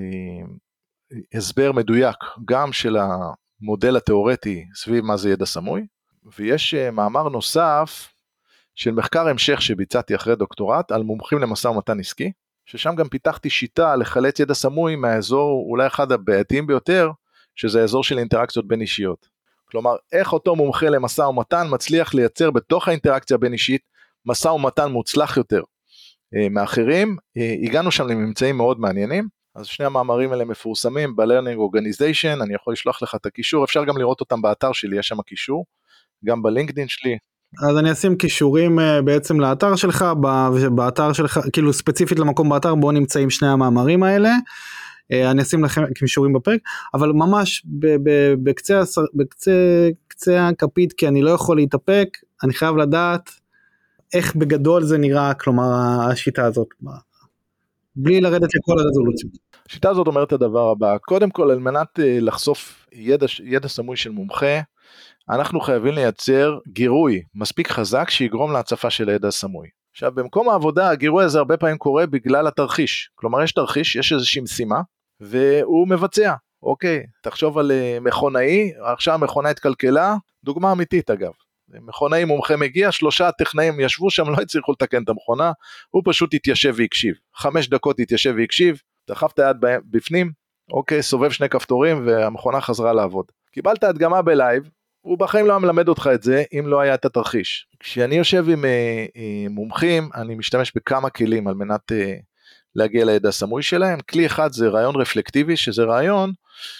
הסבר מדויק, גם של המודל התיאורטי סביב מה זה ידע סמוי, ויש מאמר נוסף, של מחקר המשך שביצעתי אחרי דוקטורט על מומחים למשא ומתן עסקי, ששם גם פיתחתי שיטה לחלץ ידע סמוי מהאזור אולי אחד הבעייתיים ביותר, שזה האזור של אינטראקציות בין אישיות. כלומר, איך אותו מומחה למשא ומתן מצליח לייצר בתוך האינטראקציה בין אישית, משא ומתן מוצלח יותר מאחרים, הגענו שם לממצאים מאוד מעניינים, אז שני המאמרים האלה מפורסמים ב-Learning Organization, אני יכול לשלוח לך את הקישור, אפשר גם לראות אותם באתר שלי, יש שם קישור, גם בלינקדין שלי, אז אני אשים קישורים בעצם לאתר שלך, באתר שלך, כאילו ספציפית למקום באתר, בו נמצאים שני המאמרים האלה, אני אשים לכם קישורים בפרק, אבל ממש בקצה, בקצה, קצה הכפית, כי אני לא יכול להתאפק, אני חייב לדעת איך בגדול זה נראה, כלומר השיטה הזאת, בלי לרדת לכל הרזולוציות. השיטה הזאת אומרת את הדבר הבא, קודם כל על מנת לחשוף ידע, ידע סמוי של מומחה, אנחנו חייבים לייצר גירוי מספיק חזק שיגרום להצפה של הידע הסמוי. עכשיו במקום העבודה הגירוי הזה הרבה פעמים קורה בגלל התרחיש, כלומר יש תרחיש, יש איזושהי משימה והוא מבצע, אוקיי, תחשוב על מכונאי, עכשיו מכונה התקלקלה, דוגמה אמיתית אגב, מכונאי מומחה מגיע, שלושה טכנאים ישבו שם, לא הצליחו לתקן את המכונה, הוא פשוט התיישב והקשיב, חמש דקות התיישב והקשיב, דחף את היד בפנים, אוקיי, סובב שני כפתורים והמכונה חזרה לעבוד. קיבלת הדגמה בלייב, הוא בחיים לא מלמד אותך את זה, אם לא היה את התרחיש. כשאני יושב עם אה, אה, מומחים, אני משתמש בכמה כלים על מנת אה, להגיע לידע הסמוי שלהם. כלי אחד זה רעיון רפלקטיבי, שזה רעיון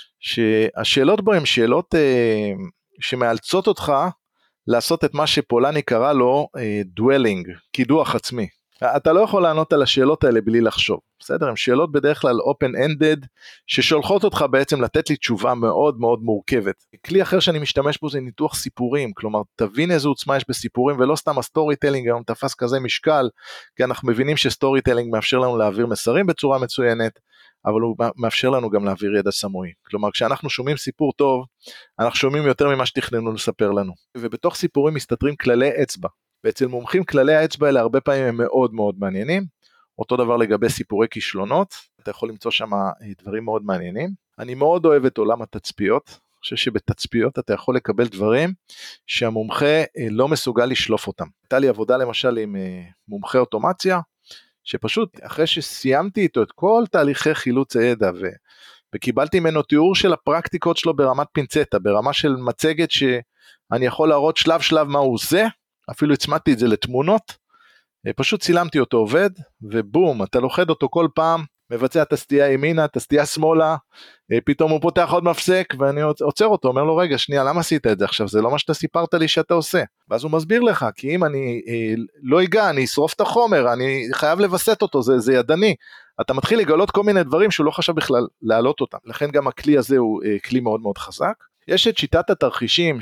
שהשאלות בו הן שאלות אה, שמאלצות אותך לעשות את מה שפולני קרא לו אה, דואלינג, קידוח עצמי. אתה לא יכול לענות על השאלות האלה בלי לחשוב, בסדר? הן שאלות בדרך כלל open-ended, ששולחות אותך בעצם לתת לי תשובה מאוד מאוד מורכבת. כלי אחר שאני משתמש בו זה ניתוח סיפורים, כלומר תבין איזה עוצמה יש בסיפורים, ולא סתם הסטורי טלינג היום תפס כזה משקל, כי אנחנו מבינים שסטורי טלינג מאפשר לנו להעביר מסרים בצורה מצוינת, אבל הוא מאפשר לנו גם להעביר ידע סמוי. כלומר, כשאנחנו שומעים סיפור טוב, אנחנו שומעים יותר ממה שתכננו לספר לנו. ובתוך סיפורים מסתתרים כללי אצבע. ואצל מומחים כללי האצבע האלה הרבה פעמים הם מאוד מאוד מעניינים. אותו דבר לגבי סיפורי כישלונות, אתה יכול למצוא שם דברים מאוד מעניינים. אני מאוד אוהב את עולם התצפיות, אני חושב שבתצפיות אתה יכול לקבל דברים שהמומחה לא מסוגל לשלוף אותם. הייתה לי עבודה למשל עם מומחה אוטומציה, שפשוט אחרי שסיימתי איתו את כל תהליכי חילוץ הידע, ו... וקיבלתי ממנו תיאור של הפרקטיקות שלו ברמת פינצטה, ברמה של מצגת שאני יכול להראות שלב שלב מה הוא עושה, אפילו הצמדתי את זה לתמונות, פשוט צילמתי אותו עובד, ובום, אתה לוחד אותו כל פעם, מבצע את הסטייה ימינה, את הסטייה שמאלה, פתאום הוא פותח עוד מפסק, ואני עוצר אותו, אומר לו, רגע, שנייה, למה עשית את זה עכשיו? זה לא מה שאתה סיפרת לי שאתה עושה. ואז הוא מסביר לך, כי אם אני לא אגע, אני אשרוף את החומר, אני חייב לבסט אותו, זה, זה ידני. אתה מתחיל לגלות כל מיני דברים שהוא לא חשב בכלל להעלות אותם. לכן גם הכלי הזה הוא כלי מאוד מאוד חזק. יש את שיטת התרחישים,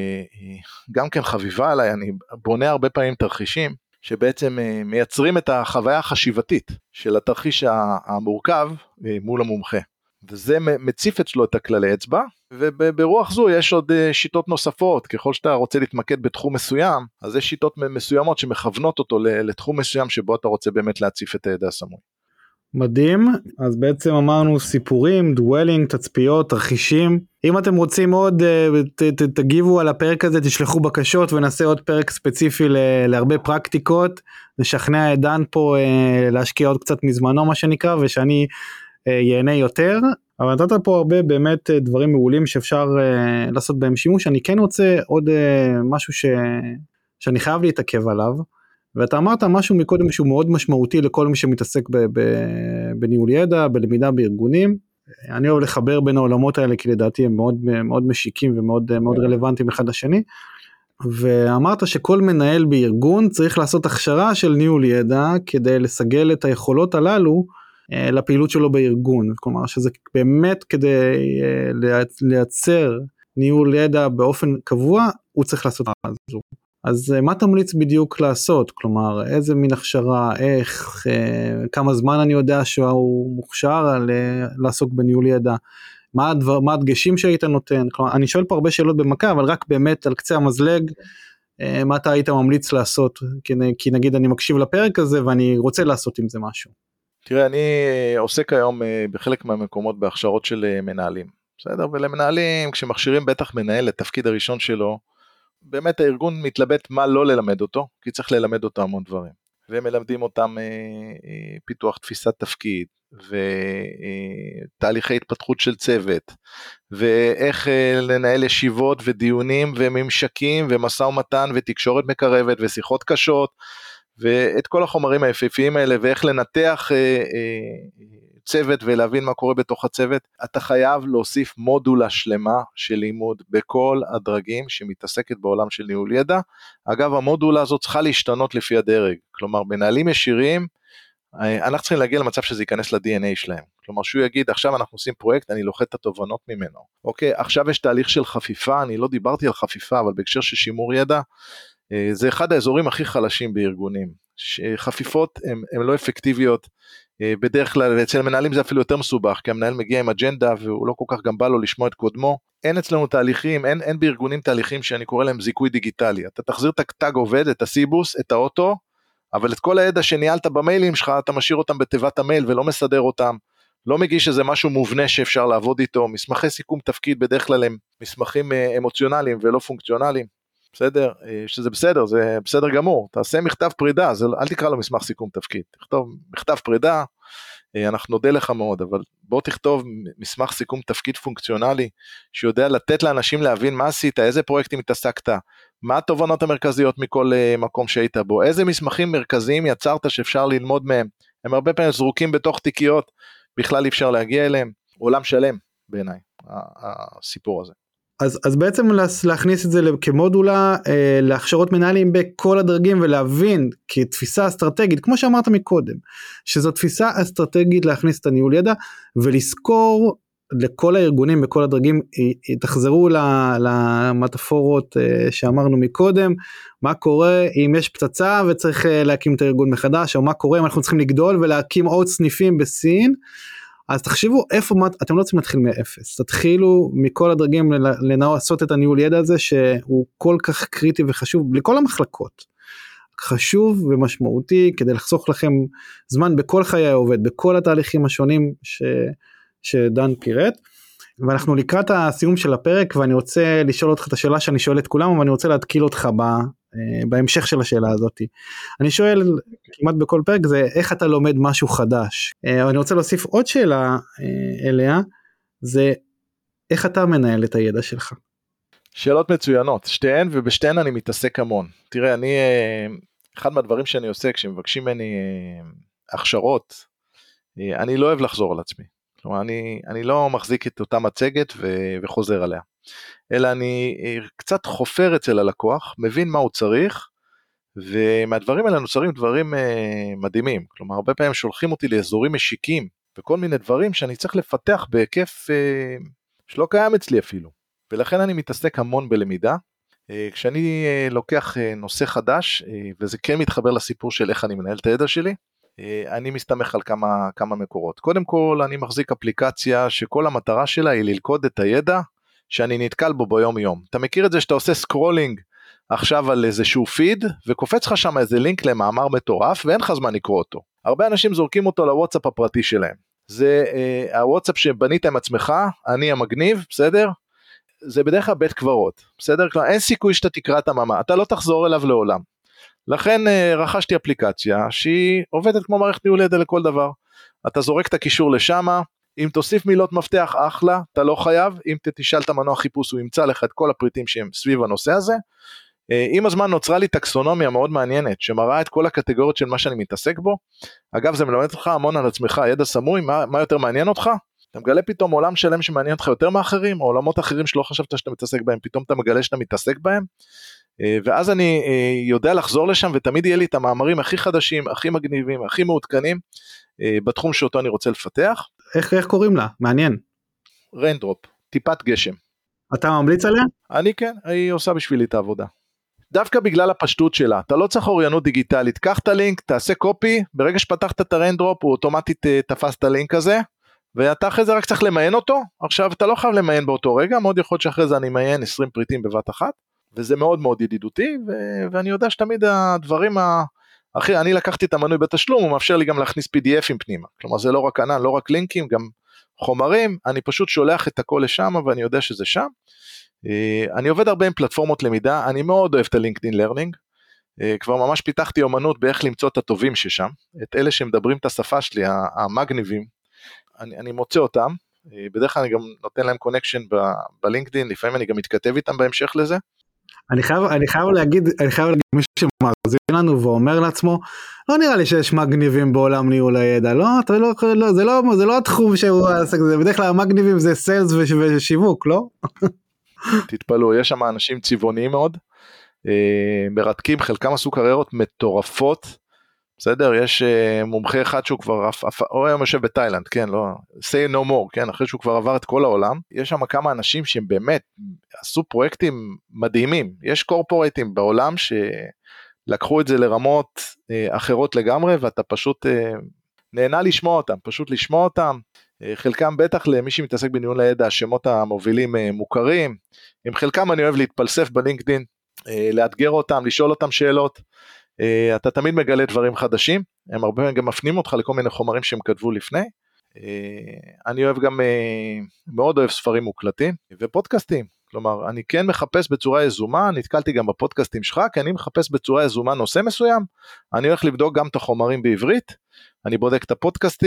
שגם כן חביבה עליי, אני בונה הרבה פעמים תרחישים, שבעצם מייצרים את החוויה החשיבתית של התרחיש המורכב מול המומחה. וזה מציף אצלו את הכללי אצבע, וברוח זו יש עוד שיטות נוספות, ככל שאתה רוצה להתמקד בתחום מסוים, אז יש שיטות מסוימות שמכוונות אותו לתחום מסוים, שבו אתה רוצה באמת להציף את הידע הסמוי. מדהים, אז בעצם אמרנו סיפורים, דואלינג, תצפיות, תרחישים. אם אתם רוצים עוד, ת, ת, תגיבו על הפרק הזה, תשלחו בקשות ונעשה עוד פרק ספציפי להרבה פרקטיקות, נשכנע עדן פה להשקיע עוד קצת מזמנו מה שנקרא, ושאני ייהנה יותר, אבל נתת פה הרבה באמת דברים מעולים שאפשר לעשות בהם שימוש. אני כן רוצה עוד משהו ש, שאני חייב להתעכב עליו, ואתה אמרת משהו מקודם שהוא מאוד משמעותי לכל מי שמתעסק ב- ב- בניהול ידע, בלמידה בארגונים. אני אוהב לחבר בין העולמות האלה, כי לדעתי הם מאוד, מאוד משיקים ומאוד מאוד רלוונטיים אחד לשני. ואמרת שכל מנהל בארגון צריך לעשות הכשרה של ניהול ידע, כדי לסגל את היכולות הללו לפעילות שלו בארגון. כלומר, שזה באמת כדי לייצר ניהול ידע באופן קבוע, הוא צריך לעשות את זה. אז מה תמליץ בדיוק לעשות? כלומר, איזה מין הכשרה, איך, כמה זמן אני יודע שהוא מוכשר לעסוק בניהול ידע, מה, הדבר, מה הדגשים שהיית נותן? כלומר, אני שואל פה הרבה שאלות במכה, אבל רק באמת על קצה המזלג, מה אתה היית ממליץ לעשות? כי, כי נגיד אני מקשיב לפרק הזה ואני רוצה לעשות עם זה משהו. תראה, אני עוסק היום בחלק מהמקומות בהכשרות של מנהלים, בסדר? ולמנהלים, כשמכשירים בטח מנהל לתפקיד הראשון שלו, באמת הארגון מתלבט מה לא ללמד אותו, כי צריך ללמד אותו המון דברים. והם מלמדים אותם אה, אה, פיתוח תפיסת תפקיד, ותהליכי התפתחות של צוות, ואיך אה, לנהל ישיבות ודיונים וממשקים ומשא ומתן ותקשורת מקרבת ושיחות קשות, ואת כל החומרים היפהפיים האלה, ואיך לנתח אה, אה, צוות ולהבין מה קורה בתוך הצוות. אתה חייב להוסיף מודולה שלמה של לימוד בכל הדרגים שמתעסקת בעולם של ניהול ידע. אגב, המודולה הזאת צריכה להשתנות לפי הדרג, כלומר מנהלים ישירים, אנחנו צריכים להגיע למצב שזה ייכנס ל-די אן איי שלהם, כלומר שהוא יגיד עכשיו אנחנו עושים פרויקט, אני לוחת את התובנות ממנו, אוקיי, עכשיו יש תהליך של חפיפה, אני לא דיברתי על חפיפה, אבל בהקשר של שימור ידע, זה אחד האזורים הכי חלשים בארגונים, חפיפות הן לא אפקטיביות, בדרך כלל אצל מנהלים זה אפילו יותר מסובך, כי המנהל מגיע עם אג'נדה והוא לא כל כך גם בא לו לשמוע את קודמו, אין אצלנו תהליכים, אין, אין בארגונים תהליכים שאני קורא להם זיכוי דיגיטלי, אתה תחזיר את הטאג עובד, את הסיבוס, את האוטו, אבל את כל הידע שניהלת במיילים שלך, אתה משאיר אותם בתיבת המייל ולא מסדר אותם, לא מגיש איזה משהו מובנה שאפשר לעבוד איתו, מסמכי סיכום תפקיד בדרך כלל הם מסמכים אמוציונליים ולא פונקציונליים, בסדר, שזה בסדר, זה בסדר גמור, תעשה מכתב פרידה, זה, אל תקרא לו מסמך סיכום תפקיד, תכתוב מכתב פרידה, אנחנו נודה לך מאוד, אבל בוא תכתוב מסמך סיכום תפקיד פונקציונלי, שיודע לתת לאנשים להבין מה עשית, איזה פרויקטים התעסקת, מה התובנות המרכזיות מכל מקום שהיית בו, איזה מסמכים מרכזיים יצרת שאפשר ללמוד מהם, הם הרבה פעמים זרוקים בתוך תיקיות, בכלל אי אפשר להגיע אליהם, עולם שלם בעיניי, הסיפור הזה. אז, אז בעצם להכניס את זה כמודולה, אה, להכשרות מנהלים בכל הדרגים, ולהבין כתפיסה אסטרטגית, כמו שאמרת מקודם, שזו תפיסה אסטרטגית להכניס את הניהול ידע, ולזכור לכל הארגונים בכל הדרגים, תחזרו למטאפורות אה, שאמרנו מקודם, מה קורה אם יש פצצה וצריך אה, להקים את הארגון מחדש, או מה קורה אם אנחנו צריכים לגדול ולהקים עוד סניפים בסין, אז תחשבו איפה, אתם לא צריכים להתחיל מאפס, תתחילו מכל הדרגים לעשות את הניהול ידע הזה, שהוא כל כך קריטי וחשוב לכל המחלקות, חשוב ומשמעותי, כדי לחסוך לכם זמן בכל חיי העובד, בכל התהליכים השונים ש, שדן פירט, ואנחנו לקראת הסיום של הפרק, ואני רוצה לשאול אותך את השאלה שאני שואל את כולם, ואני רוצה להתקיל אותך בה, בהמשך של השאלה הזאת. אני שואל כמעט בכל פרק זה איך אתה לומד משהו חדש. אני רוצה להוסיף עוד שאלה אליה, זה איך אתה מנהל את הידע שלך. שאלות מצוינות, שתיהן ובשתיהן אני מתעסק המון. תראה, אני, אחד מהדברים שאני עושה כשמבקשים ממני הכשרות, אני לא אוהב לחזור על עצמי. כלומר, אני, אני לא מחזיק את אותה מצגת ו, וחוזר עליה. אלא אני קצת חופר אצל הלקוח, מבין מה הוא צריך, ומהדברים האלה נוצרים דברים מדהימים, כלומר הרבה פעמים שולחים אותי לאזורים משיקים, וכל מיני דברים שאני צריך לפתח בהיקף שלא קיים אצלי אפילו, ולכן אני מתעסק המון בלמידה, כשאני לוקח נושא חדש, וזה כן מתחבר לסיפור של איך אני מנהל את הידע שלי, אני מסתמך על כמה, כמה מקורות. קודם כל אני מחזיק אפליקציה שכל המטרה שלה היא ללכוד את הידע, שאני נתקל בו ביום יום. אתה מכיר את זה שאתה עושה סקרולינג עכשיו על איזשהו פיד, וקופץ לך שם איזה לינק למאמר מטורף, ואין לך זמן לקרוא אותו. הרבה אנשים זורקים אותו לוואטסאפ הפרטי שלהם. זה אה, הוואטסאפ שבנית עם עצמך, אני המגניב, בסדר? זה בדרך כלל בית קברות, בסדר? כלומר, אין סיכוי שאתה תקרא את המאמר, אתה לא תחזור אליו לעולם. לכן אה, רכשתי אפליקציה, שהיא עובדת כמו מערכת ניהול ידע לכל דבר. אתה זורק את הקישור לשמה, אם תוסיף מילות מפתח אחלה, אתה לא חייב, אם תשאל את המנוע חיפוש, הוא ימצא לך את כל הפריטים שהם סביב הנושא הזה. עם הזמן נוצרה לי טקסונומיה מאוד מעניינת, שמראה את כל הקטגוריות של מה שאני מתעסק בו. אגב, זה מלמד לך המון על עצמך, ידע סמוי, מה, מה יותר מעניין אותך? אתה מגלה פתאום עולם שלם שמעניין אותך יותר מאחרים, או עולמות אחרים שלא חשבת שאתה מתעסק בהם, פתאום אתה מגלה שאתה מתעסק בהם, ואז אני יודע לחזור לשם, ותמיד יהיה לי את המאמרים הכי חדשים, הכי מגניבים, הכי מעודכנים, בתחום שאותו אני רוצה לפתח. איך, איך קוראים לה? מעניין. ריינדרופ, טיפת גשם. אתה ממליץ עליה? אני כן, היא עושה בשבילי את העבודה. דווקא בגלל הפשטות שלה, אתה לא צריך אוריינות דיגיטלית, קח את הלינק, תעשה קופי, ברגע שפתחת את הריינדרופ, הוא אוטומטית תפס את הלינק הזה, ואתה אחרי זה רק צריך למיין אותו, עכשיו אתה לא חייב למיין באותו רגע, מאוד יכול שאחרי זה אני מיין עשרים פריטים בבת אחת, וזה מאוד מאוד ידידותי, ו- ואני יודע שתמיד הדברים ה... אחי, אני לקחתי את המנוי בתשלום, הוא מאפשר לי גם להכניס פי די אפים פנימה, כלומר זה לא רק ענן, לא רק לינקים, גם חומרים, אני פשוט שולח את הכל לשם, ואני יודע שזה שם. אני עובד הרבה עם פלטפורמות למידה, אני מאוד אוהב את הלינקדין לרנינג, כבר ממש פיתחתי אומנות באיך למצוא את הטובים ששם, את אלה שמדברים את השפה שלי, המגניבים, אני, אני מוצא אותם, בדרך כלל אני גם נותן להם קונקשן ב- בלינקדין, לפעמים אני גם מתכתב איתם בהמשך לזה. אני חייב, אני חייב להגיד, אני חייב להגיד מישהו שמאזין לנו ואומר לעצמו, לא נראה לי שיש מגניבים בעולם ניהול הידע, לא, אתה לא, לא, זה לא, זה לא התחום שהוא עסק, זה בדרך כלל המגניבים זה סיילס ושיווק, לא? תתפלו, יש שם אנשים צבעוניים מאוד, מרתקים, חלקם עשו קריירות מטורפות, בסדר, יש מומחה אחד שהוא כבר, הוא היום יושב בתאילנד, כן, לא, say no more, כן, אחרי שהוא כבר עבר את כל העולם, יש שם כמה אנשים שהם באמת עשו פרויקטים מדהימים, יש קורפורטים בעולם שלקחו את זה לרמות אחרות לגמרי, ואתה פשוט נהנה לשמוע אותם, פשוט לשמוע אותם, חלקם בטח למי שמתעסק בניהול הידע, השמות המובילים מוכרים, עם חלקם אני אוהב להתפלסף בלינקדין, לאתגר אותם, לשאול אותם שאלות, אתה תמיד מגלה דברים חדשים, הם הרבה גם מפנים אותך לכל מיני חומרים שהם כתבו לפני, אני אוהב גם, מאוד אוהב ספרים מוקלטים, ופודקאסטים, כלומר, אני כן מחפש בצורה יזומה, נתקלתי גם בפודקאסטים שלך, כי אני מחפש בצורה יזומה נושא מסוים, אני הולך לבדוק גם את החומרים בעברית, אני בודק את הפודקאסטים,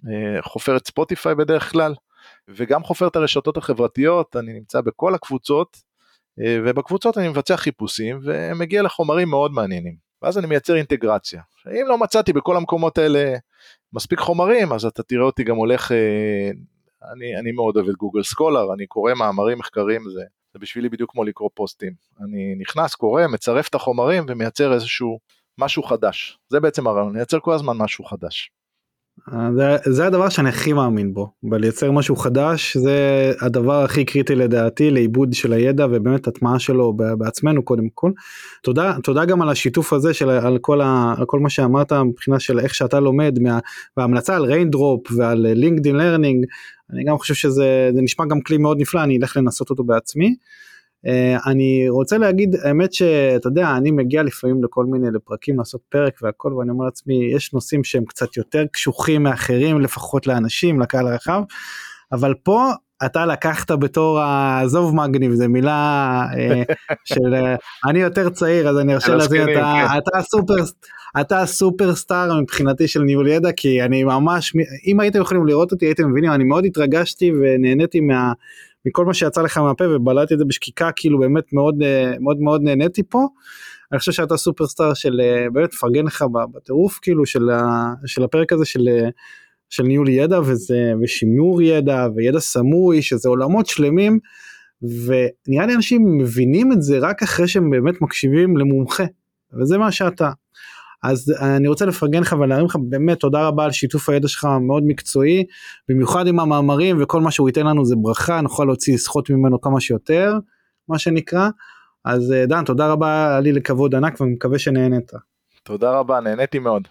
חופר את ספוטיפיי בדרך כלל, וגם חופר את הרשתות החברתיות, אני נמצא בכל הקבוצות, ובקבוצות אני מבצע חיפושים, ומגיע לחומרים מאוד מעניינים, ואז אני מייצר אינטגרציה. אם לא מצאתי בכל המקומות האלה מספיק חומרים, אז אתה תראה אותי גם הולך, אני, אני מאוד אוהב את גוגל סקולר, אני קורא מאמרים מחקרים, זה, זה בשבילי בדיוק כמו לקרוא פוסטים. אני נכנס, קורא, מצרף את החומרים, ומייצר איזשהו משהו חדש. זה בעצם הרעיון, לייצר כל הזמן משהו חדש. זה, זה הדבר שאני הכי מאמין בו, בלייצר משהו חדש, זה הדבר הכי קריטי לדעתי, לעיבוד של הידע, ובאמת הטמעה שלו בעצמנו קודם כל. תודה, תודה גם על השיתוף הזה, של, על, כל ה, על כל מה שאמרת, מבחינה של איך שאתה לומד, מה, וההמלצה על ריינדרופ, ועל לינקדין לרנינג, אני גם חושב שזה זה נשמע גם כלי מאוד נפלא, אני אלך לנסות אותו בעצמי. אני רוצה להגיד, האמת שאתה יודע, אני מגיע לפעמים לכל מיני לפרקים לעשות פרק והכל, ואני אומר לעצמי, יש נושאים שהם קצת יותר קשוחים מאחרים, לפחות לאנשים, לקהל הרחב, אבל פה אתה לקחת בתור העזוב מגניב, זה מילה של, אני יותר צעיר, אז אני ארשה להזמין, אתה הסופר, אתה הסופרסטאר מבחינתי של ניהול ידע, כי אני ממש, אם הייתם יכולים לראות אותי, הייתם מבינים, אני מאוד התרגשתי ונהניתי מה, מכל מה שיצא לך מהפה, ובלעתי את זה בשקיקה, כאילו באמת מאוד מאוד מאוד נהניתי פה. אני חושב שאתה סופרסטאר של, באמת פרגן לך בטירוף, כאילו של, של הפרק הזה של, של ניהול ידע, וזה, ושימור ידע, וידע סמוי, שזה עולמות שלמים, ונראה לי אנשים מבינים את זה רק אחרי שהם באמת מקשיבים למומחה, וזה מה שאתה. אז אני רוצה לפרגן לך ולהרים לך באמת תודה רבה על שיתוף הידע שלך מאוד מקצועי, במיוחד עם המאמרים וכל מה שהוא ייתן לנו זה ברכה, נוכל להוציא שחות ממנו כמה שיותר, מה שנקרא. אז דן, תודה רבה, לי לכבוד ענק ומקווה שנהנית. תודה רבה, נהניתי מאוד.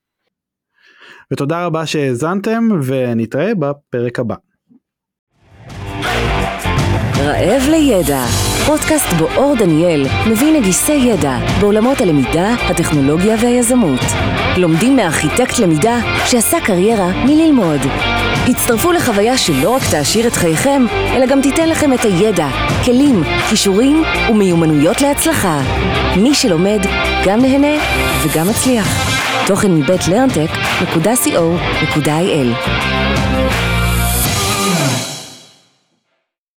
ותודה רבה שהזנתם ונתראה בפרק הבא. רעב לידע, פודקאסט בו אור דניאל מביא נגיסי ידע בעולמות הלמידה, הטכנולוגיה והיזמות. לומדים מארכיטקט למידה שעשה קריירה מללמוד. הצטרפו לחוויה שלא רק תעשיר את חייכם, אלא גם תיתן לכם את הידע, כלים, כישורים ומיומנויות להצלחה. מי שלומד גם נהנה וגם מצליח. תוכן מבית לרנטק נקודה סי או נקודה איי אל